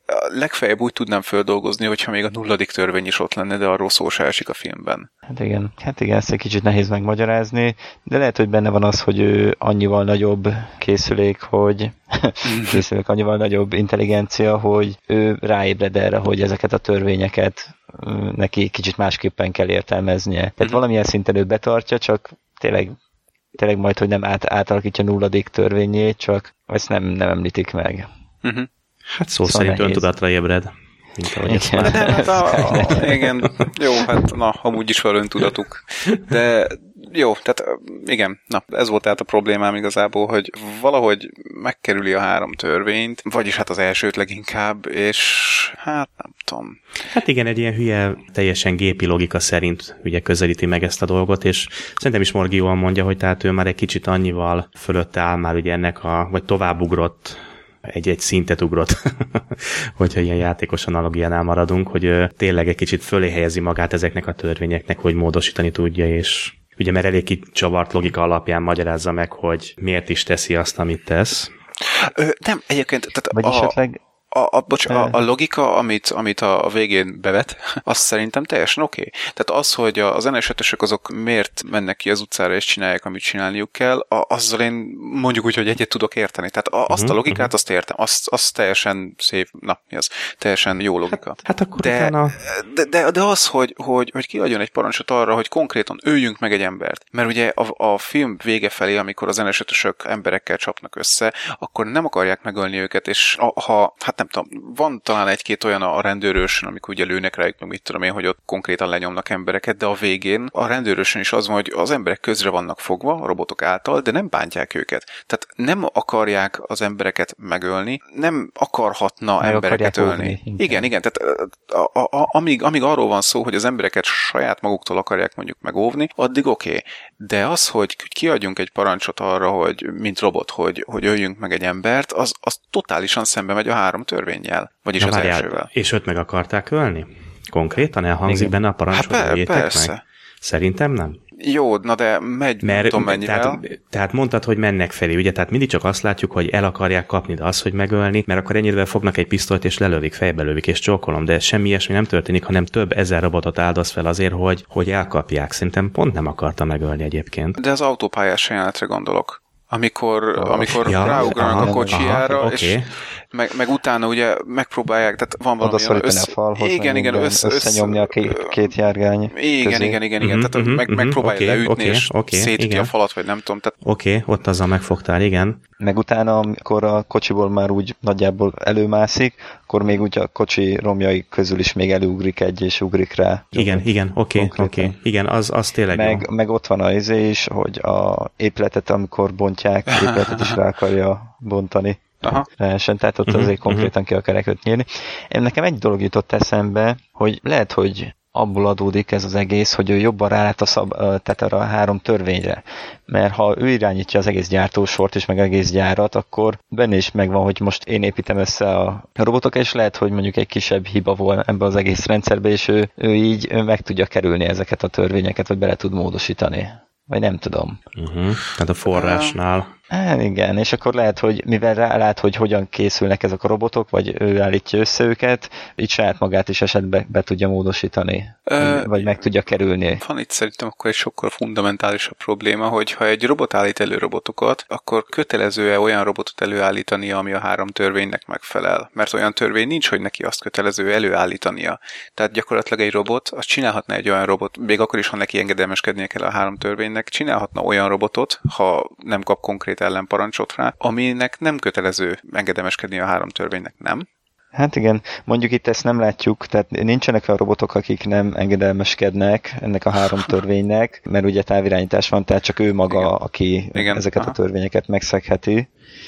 legfeljebb úgy tudnám földolgozni, hogyha még a nulladik törvény is ott lenne, de arról szó se esik a filmben. Hát igen, hát igen, ezt egy kicsit nehéz megmagyarázni, de lehet, hogy benne van az, hogy ő annyival nagyobb készülék, hogy készülék annyival nagyobb intelligencia, hogy ő ráébred erre, hogy ezeket a törvényeket neki kicsit másképpen kell értelmeznie. Tehát uh-huh. valamilyen szinten ő betartja, csak tényleg, tényleg majd, hogy nem át, átalakítja nulladik törvényét, csak ezt nem, nem említik meg. Uh-huh. Hát szó szóval szerint öntudatra ébred. Mint ahogy ezt már. De, hát a, a, igen, jó, hát na, amúgy is van öntudatuk. De jó, tehát igen, na, ez volt tehát a problémám igazából, hogy valahogy megkerüli a három törvényt, vagyis hát az elsőt leginkább, és hát nem tudom. Hát igen, egy ilyen hülye, teljesen gépi logika szerint ugye közelíti meg ezt a dolgot, és szerintem is Morgi jól mondja, hogy tehát ő már egy kicsit annyival fölötte áll már ugye ennek a, vagy továbbugrott, egy-egy szintet ugrott, hogyha ilyen játékos analogiánál maradunk, hogy tényleg egy kicsit fölé helyezi magát ezeknek a törvényeknek, hogy módosítani tudja, és ugye mert elég kicsavart logika alapján magyarázza meg, hogy miért is teszi azt, amit tesz. Ö, nem, egyébként... Tehát vagy a... esetleg... A, a, bocs, a, a logika, amit, amit a végén bevet, az szerintem teljesen oké. Okay. Tehát az, hogy az en es ötösök azok miért mennek ki az utcára és csinálják, amit csinálniuk kell, a, azzal én mondjuk úgy, hogy egyet tudok érteni. Tehát a, azt a logikát, uh-huh. azt értem. Azt, azt teljesen szép, na, mi az? Teljesen jó logika. Hát, hát akkor de, utána... de, de, de az, hogy, hogy, hogy kiadjon egy parancsot arra, hogy konkrétan öljünk meg egy embert. Mert ugye a, a film vége felé, amikor az en es ötösök emberekkel csapnak össze, akkor nem akarják megölni őket, és a, ha, hát nem tudom, van talán egy-két olyan a rendőrösön, amikor ugye lőnek rájuk, meg mit tudom én, hogy ott konkrétan lenyomnak embereket, de a végén a rendőrösön is az van, hogy az emberek közre vannak fogva a robotok által, de nem bántják őket. Tehát nem akarják az embereket megölni, nem akarhatna meg embereket ölni. Óvni, igen, igen, tehát a, a, a, amíg, amíg arról van szó, hogy az embereket saját maguktól akarják mondjuk megóvni, addig oké. Okay. De az, hogy kiadjunk egy parancsot arra, hogy mint robot, hogy, hogy öljünk meg egy embert, az, az totálisan szembe megy a három törvénnyel. Vagyis Na, az várjál, elsővel. És őt meg akarták ölni? Konkrétan elhangzik benne a parancs, hát hogy öljétek persze. meg? Szerintem nem. Jó, na de megy, Mert, nem tudom mennyivel. Tehát, tehát mondtad, hogy mennek felé, ugye? Tehát mindig csak azt látjuk, hogy el akarják kapni, de az, hogy megölni, mert akkor ennyivel fognak egy pisztolyt, és lelövik, fejbe lövik, és csókolom, de semmi ilyesmi nem történik, hanem több ezer robotot áldoz fel azért, hogy, hogy elkapják. Szerintem pont nem akarta megölni egyébként. De az autópályás jelenetre gondolok. Amikor, oh, amikor ja, ráugranak aha, a kocsijára, aha, és okay. meg, meg utána ugye megpróbálják, tehát van valami... Odaszorítani össze... a falhoz, igen, igen, össze, összenyomni a két, két járgány Igen, közé. igen, igen, igen, mm-hmm, tehát mm-hmm, meg, megpróbálja okay, leütni, okay, és okay, szétüti a falat, vagy nem tudom. Tehát... Oké, okay, ott azzal megfogtál, igen. Meg utána, amikor a kocsiból már úgy nagyjából előmászik, akkor még úgy a kocsi romjai közül is még előugrik egy, és ugrik rá. Igen, igen, oké, okay, oké. Okay. Igen, az, az tényleg meg, meg ott van az izé is, hogy a épületet, amikor bontják, épületet is rá akarja bontani. Aha. Ráesen, tehát ott uh-huh, azért konkrétan uh-huh. ki akar őt nyírni. Nekem egy dolog jutott eszembe, hogy lehet, hogy abból adódik ez az egész, hogy ő jobban rálát a, szab, tehát arra a három törvényre. Mert ha ő irányítja az egész gyártósort és meg egész gyárat, akkor benne is megvan, hogy most én építem össze a robotok, és lehet, hogy mondjuk egy kisebb hiba volt ebbe az egész rendszerbe, és ő, ő így ő meg tudja kerülni ezeket a törvényeket, vagy bele tud módosítani. Vagy nem tudom. Uh-huh. Tehát a forrásnál. Hát igen, és akkor lehet, hogy mivel rálát, hogy hogyan készülnek ezek a robotok, vagy ő állítja össze őket, így saját magát is esetben be tudja módosítani, Ö, vagy meg tudja kerülni. Van itt szerintem akkor egy sokkal fundamentálisabb probléma, hogy ha egy robot állít elő robotokat, akkor kötelező-e olyan robotot előállítani, ami a három törvénynek megfelel? Mert olyan törvény nincs, hogy neki azt kötelező előállítania. Tehát gyakorlatilag egy robot, azt csinálhatna egy olyan robot, még akkor is, ha neki engedelmeskednie kell a három törvénynek, csinálhatna olyan robotot, ha nem kap konkrét ellenparancsot rá, aminek nem kötelező engedelmeskedni a három törvénynek, nem? Hát igen, mondjuk itt ezt nem látjuk, tehát nincsenek olyan robotok, akik nem engedelmeskednek ennek a három törvénynek, mert ugye távirányítás van, tehát csak ő maga, igen. aki igen. ezeket Aha. a törvényeket megszegheti,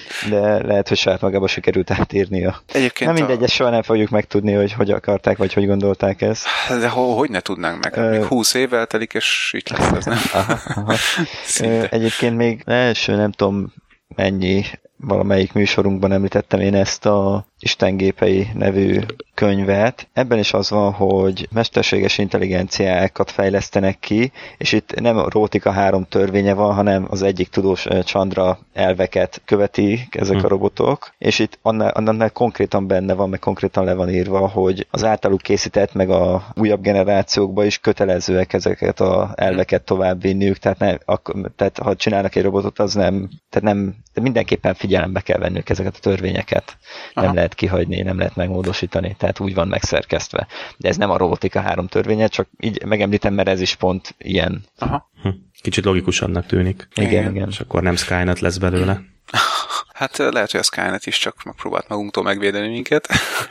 de lehet, hogy saját magába sikerült átírnia. Egyébként nem mindegy, a... soha nem fogjuk megtudni, hogy hogy akarták, vagy hogy gondolták ezt. De ho- hogy ne tudnánk meg? Még húsz év eltelik, és itt lesz ez, nem? Aha, aha. Egyébként még első, nem tudom mennyi, valamelyik műsorunkban említettem én ezt a Istengépei nevű könyvet. Ebben is az van, hogy mesterséges intelligenciákat fejlesztenek ki, és itt nem a Rótika három törvénye van, hanem az egyik tudós Chandra elveket követik ezek a robotok, és itt annál, annál konkrétan benne van, meg konkrétan le van írva, hogy az általuk készített, meg a újabb generációkban is kötelezőek ezeket az elveket továbbvinniük, tehát, ne, ak- tehát ha csinálnak egy robotot, az nem, tehát nem, de mindenképpen figyelembe kell vennünk ezeket a törvényeket. Aha. Nem lehet kihagyni, nem lehet megmódosítani, tehát úgy van megszerkesztve. De ez nem a Robotika három törvénye, csak így megemlítem, mert ez is pont ilyen. Aha. Kicsit logikusabbnak tűnik. Igen, igen, igen. És akkor nem Skynet lesz belőle. Hát lehet, hogy a Skynet is csak megpróbált magunktól megvédeni minket.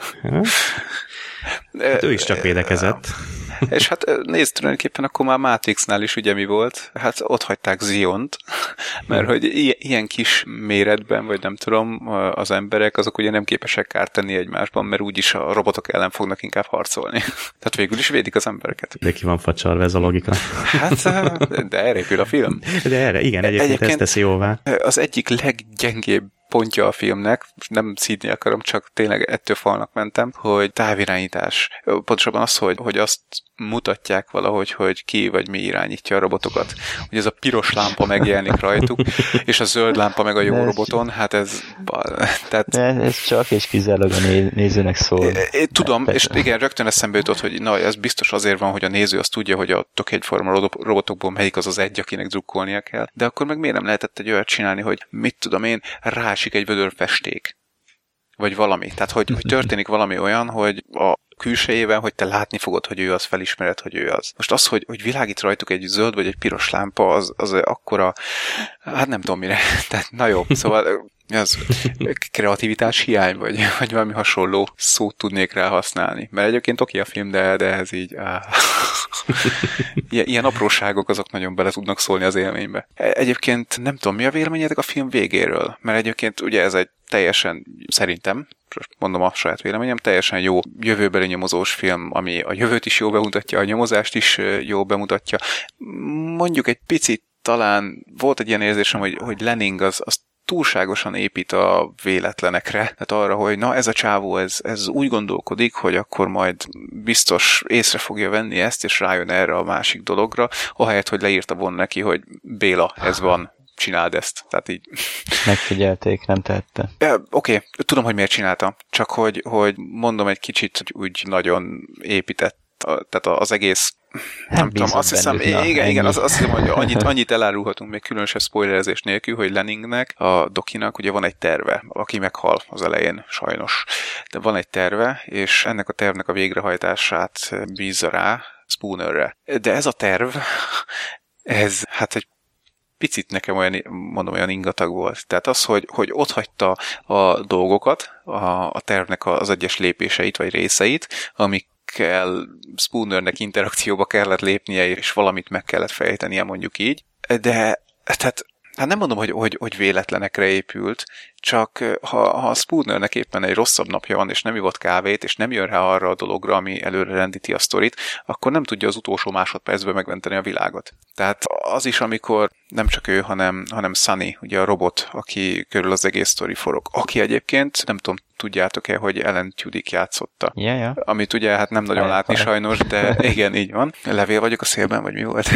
Hát ő is csak védekezett. És hát nézd, tulajdonképpen akkor már Matrixnál is ugye mi volt? Hát ott hagyták Ziont, mert hogy ilyen, ilyen kis méretben, vagy nem tudom, az emberek azok ugye nem képesek kárt tenni egymásban, mert úgyis a robotok ellen fognak inkább harcolni. Tehát végül is védik az embereket. De ki van facsarva ez a logika? Hát, de erre épül a film. De erre, igen, egyébként, egyébként ezt teszi jóvá. Az egyik leggyengébb pontja a filmnek, nem szídni akarom, csak tényleg ettől falnak mentem, hogy távirányítás. Pontosabban az, hogy, hogy azt mutatják valahogy, hogy ki vagy mi irányítja a robotokat. Hogy ez a piros lámpa megjelenik rajtuk, és a zöld lámpa meg a jó ez roboton, hát ez... Tehát, ez csak és kizárólag a nézőnek szól. É, é, tudom, és igen, rögtön eszembe jutott, hogy na, ez biztos azért van, hogy a néző azt tudja, hogy a tök egyforma robotokból melyik az az egy, akinek drukkolnia kell. De akkor meg miért nem lehetett egy olyat csinálni, hogy mit tudom én, rásik egy vödör festék. Vagy valami. Tehát, hogy, hogy történik valami olyan, hogy a külsejében, hogy te látni fogod, hogy ő az, felismered, hogy ő az. Most az, hogy, hogy világít rajtuk egy zöld vagy egy piros lámpa, az, az akkora, hát nem tudom mire. Tehát, na jó, szóval az kreativitás hiány, vagy, vagy valami hasonló szót tudnék rá használni. Mert egyébként oké a film, de, de ez így... Áh. Ilyen, ilyen apróságok azok nagyon bele tudnak szólni az élménybe. Egyébként nem tudom, mi a véleményetek a film végéről? Mert egyébként ugye ez egy teljesen, szerintem, mondom a saját véleményem, teljesen jó jövőbeli nyomozós film, ami a jövőt is jó bemutatja, a nyomozást is jó bemutatja. Mondjuk egy picit talán volt egy ilyen érzésem, hogy, hogy Lanning az, az túlságosan épít a véletlenekre, tehát arra, hogy na ez a csávó, ez, ez úgy gondolkodik, hogy akkor majd biztos észre fogja venni ezt, és rájön erre a másik dologra, ahelyett, hogy leírta volna neki, hogy Béla, ez van, csináld ezt. Tehát így... Megfigyelték, nem tehette. Ja, oké, okay. Tudom, hogy miért csinálta, csak hogy, hogy mondom egy kicsit, hogy úgy nagyon épített, tehát az egész nem, nem tudom, azt hiszem, bennük, na, igen, igen, azt, azt hiszem, hogy annyit, annyit elárulhatunk még különösebb spoilerezés nélkül, hogy Lenningnek, a Dokinak ugye van egy terve, aki meghal az elején, sajnos. De van egy terve, és ennek a tervnek a végrehajtását bízza rá Spoonerre. De ez a terv, ez hát egy picit nekem olyan, mondom, olyan ingatag volt. Tehát az, hogy, hogy ott hagyta a dolgokat, a, a tervnek az egyes lépéseit, vagy részeit, amik kell Spoonernek interakcióba kellett lépnie, és valamit meg kellett fejtenie, mondjuk így. De tehát, hát nem mondom, hogy, hogy, hogy véletlenekre épült, csak ha, ha Spoonernek éppen egy rosszabb napja van, és nem ivott kávét, és nem jön rá arra a dologra, ami előre rendíti a sztorit, akkor nem tudja az utolsó másodpercben megmenteni a világot. Tehát az is, amikor nem csak ő, hanem, hanem Sunny, ugye a robot, aki körül az egész sztori forog. Aki egyébként, nem tudom, tudjátok-e, hogy Ellen Tudyk játszotta. Yeah, yeah. Amit ugye hát nem nagyon Fáj, látni fáj. sajnos, de igen, így van. Levél vagyok a szélben, vagy mi volt?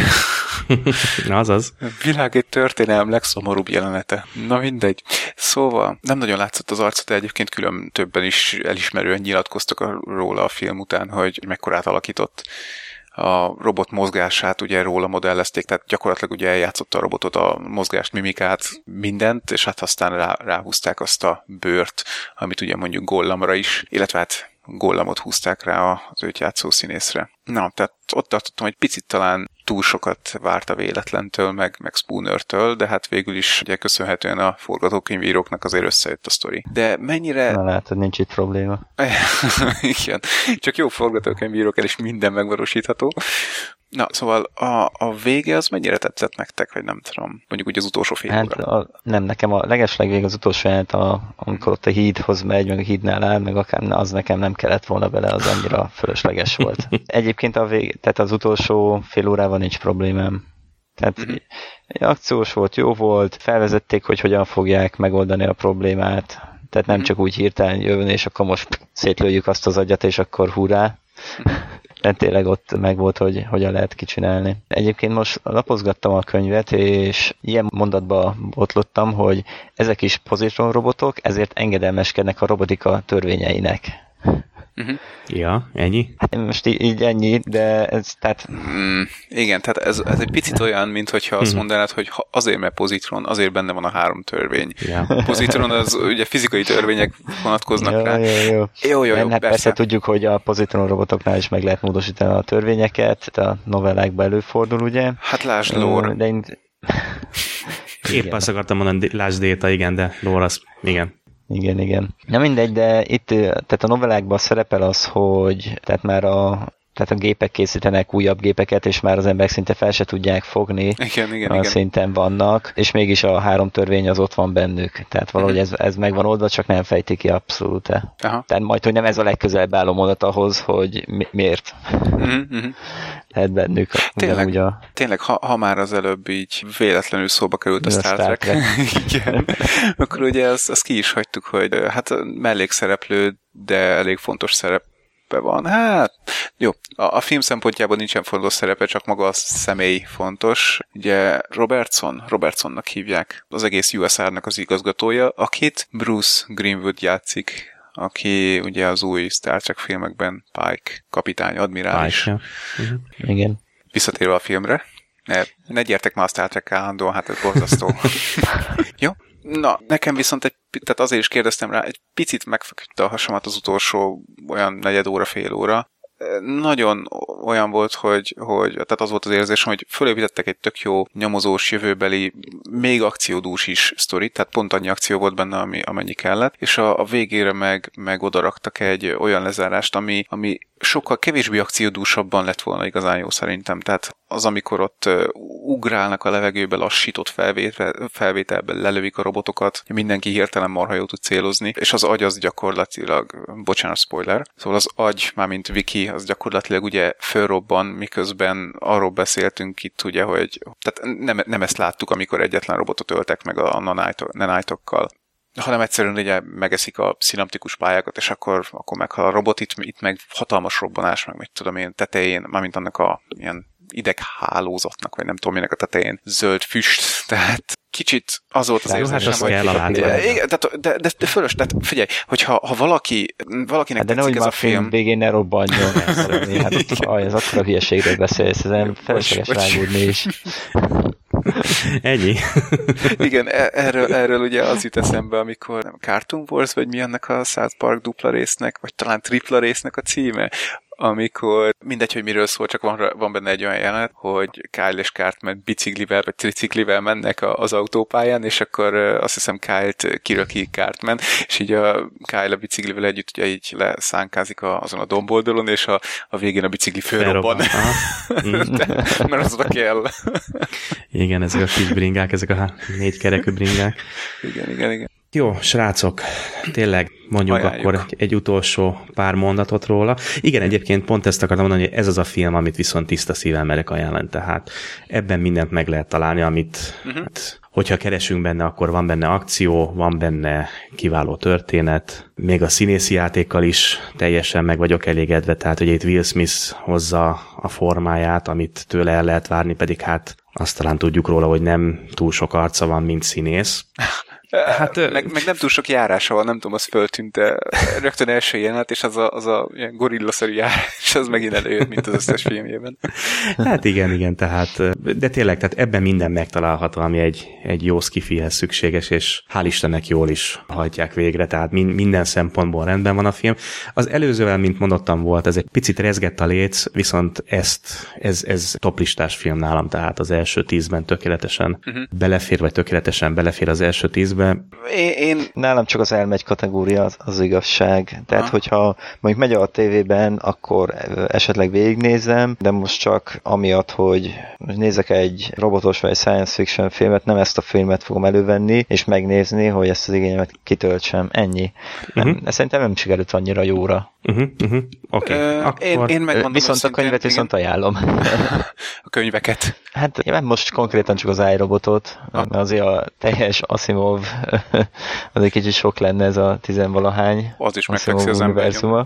Azaz. Világ egy történelem legszomorúbb jelenete. Na mindegy. Szóval nem nagyon látszott az arcot, de egyébként külön többen is elismerően nyilatkoztak róla a film után, hogy mekkorát alakított. A robot mozgását ugye róla modellezték, tehát gyakorlatilag ugye eljátszotta a robotot, a mozgást, mimikát, mindent, és hát aztán rá, ráhúzták azt a bőrt, amit ugye mondjuk Gollamra is, illetve hát Gollamot húzták rá az őt játszó színészre. Na, tehát ott tartottam, hogy picit talán túl sokat várt a véletlentől, meg, meg Spoonertől, de hát végül is ugye köszönhetően a forgatókönyvíróknak azért összejött a sztori. De mennyire... Na látod, nincs itt probléma. Igen, csak jó forgatókönyvírók el is minden megvalósítható. Na, szóval a, a vége az mennyire tetszett nektek, vagy nem tudom, mondjuk úgy az utolsó fél hát a, nem, nekem a legeslegvég az utolsó jelent, a, amikor ott a hídhoz megy, meg a hídnál áll, meg akár az nekem nem kellett volna bele, az annyira fölösleges volt. Egyébként a vég, tehát az utolsó fél órával nincs problémám. Tehát mm-hmm. akciós volt, jó volt, felvezették, hogy hogyan fogják megoldani a problémát. Tehát nem Mhm. csak úgy hirtelen jövön, és akkor most szétlőjük azt az agyat, és akkor hurrá. Tehát tényleg ott meg volt, hogy hogyan lehet kicsinálni. Egyébként most lapozgattam a könyvet, és ilyen mondatba botlottam, hogy ezek is pozitron robotok, ezért engedelmeskednek a robotika törvényeinek. Uh-huh. Ja, ennyi? Hát most így, így ennyi, de ez tehát... Mm, igen, tehát ez, ez egy picit olyan, mint hogyha azt mondanád, hogy ha azért, mert pozitron, azért benne van a három törvény. Ja. Pozitron az ugye fizikai törvények vonatkoznak jó, rá. Jó, jó, Jó, jó, jó, hát persze. persze tudjuk, hogy a pozitron robotoknál is meg lehet módosítani a törvényeket, a novellákban előfordul, ugye. Hát lásd lore. De én... Épp azt akartam mondani, lásd Déta, igen, de lore az, igen. Igen, igen. Na mindegy, de itt tehát a novellákban szerepel az, hogy tehát már a, tehát a gépek készítenek újabb gépeket, és már az emberek szinte fel se tudják fogni. Igen, igen, a igen. szinten vannak, és mégis a három törvény az ott van bennük. Tehát valahogy ez, ez meg van oldva, csak nem fejti ki abszolút. Aha. Tehát majd, hogy nem ez a legközelebb álló mondat ahhoz, hogy mi, miért Uh-huh, uh-huh. lehet bennük. Tényleg, ugyanúgy a... tényleg ha, ha már az előbb így véletlenül szóba került a A Star Star Trek, igen, akkor ugye azt, azt ki is hagytuk, hogy hát mellékszereplő, de elég fontos szerep van. Hát, jó, a, a film szempontjából nincsen fontos szerepe, csak maga a személy fontos. Ugye Robertson, Robertsonnak hívják, az egész U S R-nak az igazgatója, akit Bruce Greenwood játszik, aki ugye az új Star Trek filmekben Pike kapitány, admirális. Pike, ja. uh-huh. Igen. Visszatérve a filmre, ne, ne gyertek már a Star Trek állandóan, hát ez borzasztó. Jó? Na, nekem viszont egy, tehát azért is kérdeztem rá, egy picit megfeküdte a hasamat az utolsó olyan negyed óra, fél óra. Nagyon olyan volt, hogy, hogy tehát az volt az érzésem, hogy fölépítettek egy tök jó nyomozós, jövőbeli, még akciódús is sztorit, tehát pont annyi akció volt benne, ami, amennyi kellett, és a, a végére meg, meg odaraktak egy olyan lezárást, ami, ami sokkal kevésbé akciódúsabban lett volna igazán jó szerintem. Tehát az, amikor ott uh, ugrálnak a levegőbe, lassított felvétel, felvételben lelövik a robotokat, mindenki hirtelen marha jól tud célozni, és az agy az gyakorlatilag, bocsánat, spoiler, szóval az agy, mármint Viki, az gyakorlatilag ugye fölrobban, miközben arról beszéltünk itt ugye, hogy tehát nem, nem ezt láttuk, amikor egyetlen robotot öltek meg a nanite-okkal, hanem egyszerűen ugye megeszik a szinaptikus pályákat, és akkor, akkor meghal a robot, itt, itt meg hatalmas robbanás, meg mit tudom én, tetején, mármint annak a ilyen ideghálózatnak, vagy nem tudom minek a tetején zöld füst, tehát kicsit az volt az érzésem, hogy... Igen, tehát, de, de, de fölös, tehát figyelj, hogyha ha valaki, valakinek hát tetszik ez a film... film végén ne robbanjon ezt, hát ott, aj, az akkora hülyeségről beszélsz, ezen felesleges rágódni is. Ennyi. Igen, erről, erről ugye az jut eszembe, amikor nem Cartoon Wars, vagy mi annak a South Park dupla résznek, vagy talán tripla résznek a címe, amikor mindegy, hogy miről szól, csak van, van benne egy olyan jelenet, hogy Kyle és Cartman biciklivel vagy triciklivel mennek az autópályán, és akkor azt hiszem Kyle-t kiröki Cartman, és így a Kyle a biciklivel együtt ugye így leszánkázik azon a domboldalon, és a, a végén a bicikli fölrobban. Mert az oda kell. Igen, ezek a kis bringák, ezek a négy kerekű bringák. Igen, igen, igen. Jó, srácok, tényleg mondjuk Ajánljuk. akkor egy, egy utolsó pár mondatot róla. Igen, egyébként pont ezt akartam mondani, hogy ez az a film, amit viszont tiszta szívvel merek ajánlani, tehát ebben mindent meg lehet találni, amit uh-huh. hát, hogyha keresünk benne, akkor van benne akció, van benne kiváló történet, még a színészi játékkal is teljesen meg vagyok elégedve, tehát hogy itt Will Smith hozza a formáját, amit tőle el lehet várni, pedig hát azt talán tudjuk róla, hogy nem túl sok arca van, mint színész. Hát, meg, meg nem túl sok járása van, nem tudom, az föltűnt, de rögtön első jelenet, és az a, az a ilyen gorillaszerű járás, az megint előjött, mint az összes filmjében. Hát igen, igen, tehát, de tényleg, tehát ebben minden megtalálható, ami egy, egy jó skifihez szükséges, és hál' Istennek jól is hajtják végre, tehát min, minden szempontból rendben van a film. Az előzővel, mint mondottam, volt, ez egy picit rezgett a léc, viszont ezt, ez, ez toplistás film nálam, tehát az első tízben tökéletesen uh-huh. belefér, vagy tökéletesen belefér az első tízben. Én, én... Nálam csak az elmegy kategória az, az igazság. Tehát, Aha. hogyha mondjuk megy a tévében, akkor esetleg végignézem, de most csak amiatt, hogy nézek egy robotos vagy science fiction filmet, nem ezt a filmet fogom elővenni, és megnézni, hogy ezt az igényemet kitöltsem. Ennyi. Nem, uh-huh. Szerintem nem sikerült annyira jóra. Uh-huh, uh-huh. Oké. Okay. Akkor... Én, én megmondom, viszont a könyvet igen. viszont ajánlom. A könyveket. Hát nem most konkrétan csak az iRobotot, ah. azért a teljes Asimov az egy kicsit sok lenne, ez a tizenvalahány az is megfekszi az ember.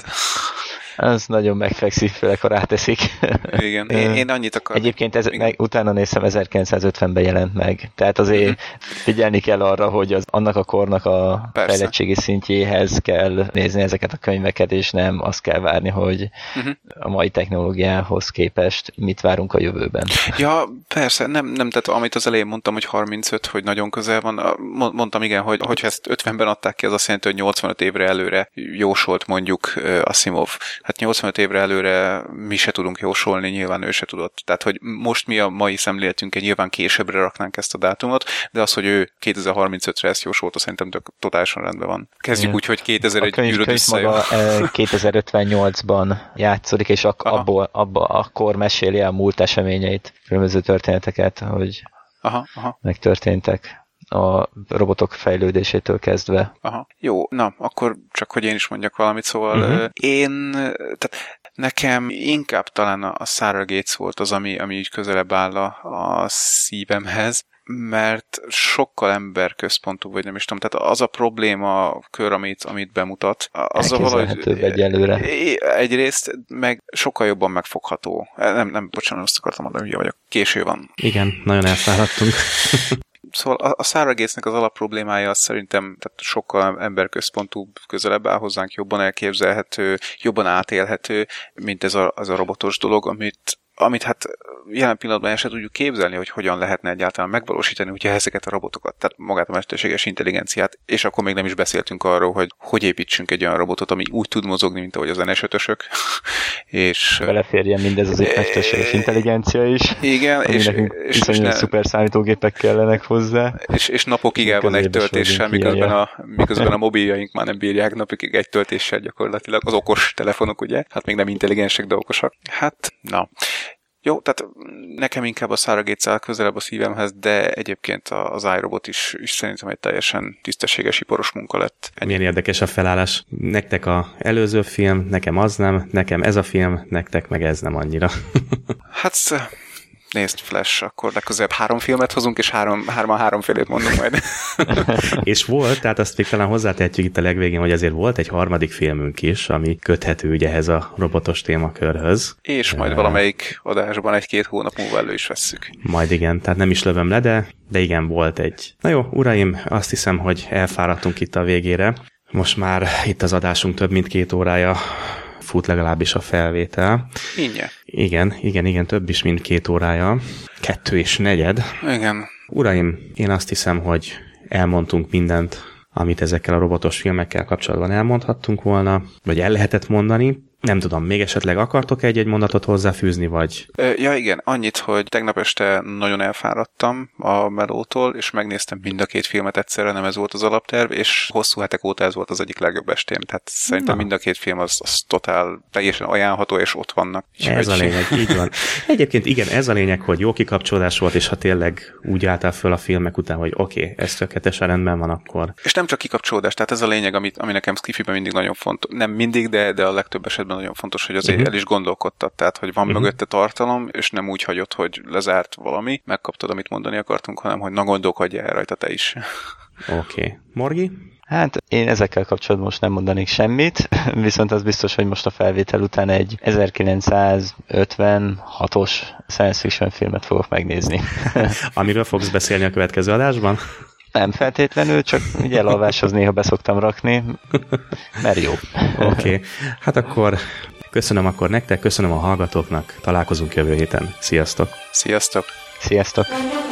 Az nagyon megfekszik, főleg, ha ráteszik. Igen, én, én annyit akarok. Egyébként ez, meg, utána néztem, ezerkilencszázötvenben jelent meg. Tehát azért uh-huh. figyelni kell arra, hogy az, annak a kornak a Persze. fejlettségi szintjéhez kell nézni ezeket a könyveket, és nem azt kell várni, hogy uh-huh. a mai technológiához képest mit várunk a jövőben. Ja, persze, nem, nem, tehát amit az elején mondtam, hogy harmincöt, hogy nagyon közel van, mondtam igen, hogy hogyha ezt ötvenben adták ki, az azt jelenti, hogy nyolcvanöt évre előre jósolt mondjuk Asimov. Hát nyolcvanöt évre előre mi se tudunk jósolni, nyilván ő se tudott. Tehát, hogy most mi a mai szemléletünkkel nyilván későbbre raknánk ezt a dátumot, de az, hogy ő kétezer-harmincötre ezt jósolta, szerintem tök totálisan rendben van. Kezdjük yeah. úgy, hogy kétezer-egy űröd visszajön. A könyv maga kétezer-ötvennyolcban játszódik, és ak- abból, abba akkor meséli a múlt eseményeit, különböző történeteket, hogy aha, aha. megtörténtek a robotok fejlődésétől kezdve. Aha. Jó, na, akkor csak, hogy én is mondjak valamit, szóval uh-huh. én, tehát nekem inkább talán a Sarah Gates volt az, ami, ami így közelebb áll a, a szívemhez, mert sokkal emberközpontú, vagy nem is tudom, tehát az a probléma kör, amit, amit bemutat, az a valahogy egyelőre. Egyrészt meg sokkal jobban megfogható. Nem, nem, bocsánat, azt akartam mondani, hogy vagyok. Késő van. Igen, nagyon elfáradtunk. Szóval a, a Sarah Gates-nek az alapproblémája az szerintem tehát sokkal emberközpontúbb, közelebb áll hozzánk, jobban elképzelhető, jobban átélhető, mint ez a, az a robotos dolog, amit, amit hát jelen pillanatban el sem tudjuk képzelni, hogy hogyan lehetne egyáltalán megvalósítani ugye ezeket a robotokat, tehát magát a mesterséges intelligenciát, és akkor még nem is beszéltünk arról, hogy hogy építsünk egy olyan robotot, ami úgy tud mozogni, mint ahogy az en es ötösök. És beleférjen mindez az egy mesterséges intelligencia is. Igen, és, és, és ne, szuper számítógépek kellenek hozzá. És, és napokig el van egy töltéssel, miközben a, miközben a mobiljaink már nem bírják napokig egy töltéssel gyakorlatilag. Az okos telefonok, ugye? Hát még nem intelligensek, de okosak. Hát, na. Jó, tehát nekem inkább a Sarah Gates áll közelebb a szívemhez, de egyébként az iRobot is, is szerintem egy teljesen tisztességes iparos munka lett. Milyen érdekes a felállás. Nektek a előző film, nekem az nem, nekem ez a film, nektek meg ez nem annyira. Hát nézd, Flash, akkor legközelebb három filmet hozunk, és három, hárman háromfélét mondunk majd. És volt, tehát azt még talán hozzátehetjük itt a legvégén, hogy azért volt egy harmadik filmünk is, ami köthető ugye ehhez a robotos témakörhöz. És majd uh, valamelyik adásban egy-két hónap múlva elő is vesszük. Majd igen, tehát nem is lövöm le, de, de igen, volt egy. Na jó, uraim, azt hiszem, hogy elfáradtunk itt a végére. Most már itt az adásunk több mint két órája fut, legalábbis a felvétel. Innye. Igen, igen, igen, több is, mint két órája. Kettő és negyed. Igen. Uraim, én azt hiszem, hogy elmondtunk mindent, amit ezekkel a robotos filmekkel kapcsolatban elmondhattunk volna, vagy el lehetett mondani. Nem tudom, még esetleg akartok egy-egy mondatot hozzáfűzni, vagy? Ja igen, annyit, hogy tegnap este nagyon elfáradtam a melótól, és megnéztem mind a két filmet egyszerre, nem ez volt az alapterv, és hosszú hetek óta ez volt az egyik legjobb estém. Tehát szerintem Na. mind a két film az, az totál teljesen ajánlható, és ott vannak. Ez a lényeg, így van. Egyébként igen, ez a lényeg, hogy jó kikapcsolódás volt, és ha tényleg úgy álltál föl a filmek után, hogy oké, okay, ez tökéletesen rendben van, akkor. És nem csak kikapcsolódás, tehát ez a lényeg, ami, ami nekem Skifiben mindig nagyon fontos. Nem mindig, de, de a legtöbb esetben nagyon fontos, hogy azért uh-huh. el is gondolkodtad, tehát, hogy van uh-huh. mögötte tartalom, és nem úgy hagyott, hogy lezárt valami, megkaptad, amit mondani akartunk, hanem, hogy na gondolkodjál el rajta te is. Oké. Okay. Morgi? Hát én ezekkel kapcsolatban most nem mondanék semmit, viszont az biztos, hogy most a felvétel után egy ezerkilencszázötvenhatos science fiction filmet fogok megnézni. Amiről fogsz beszélni a következő adásban? Nem feltétlenül, csak ugye elalváshoz néha beszoktam rakni, mert jó. Oké, okay. Hát akkor köszönöm akkor nektek, köszönöm a hallgatóknak, találkozunk jövő héten. Sziasztok! Sziasztok! Sziasztok!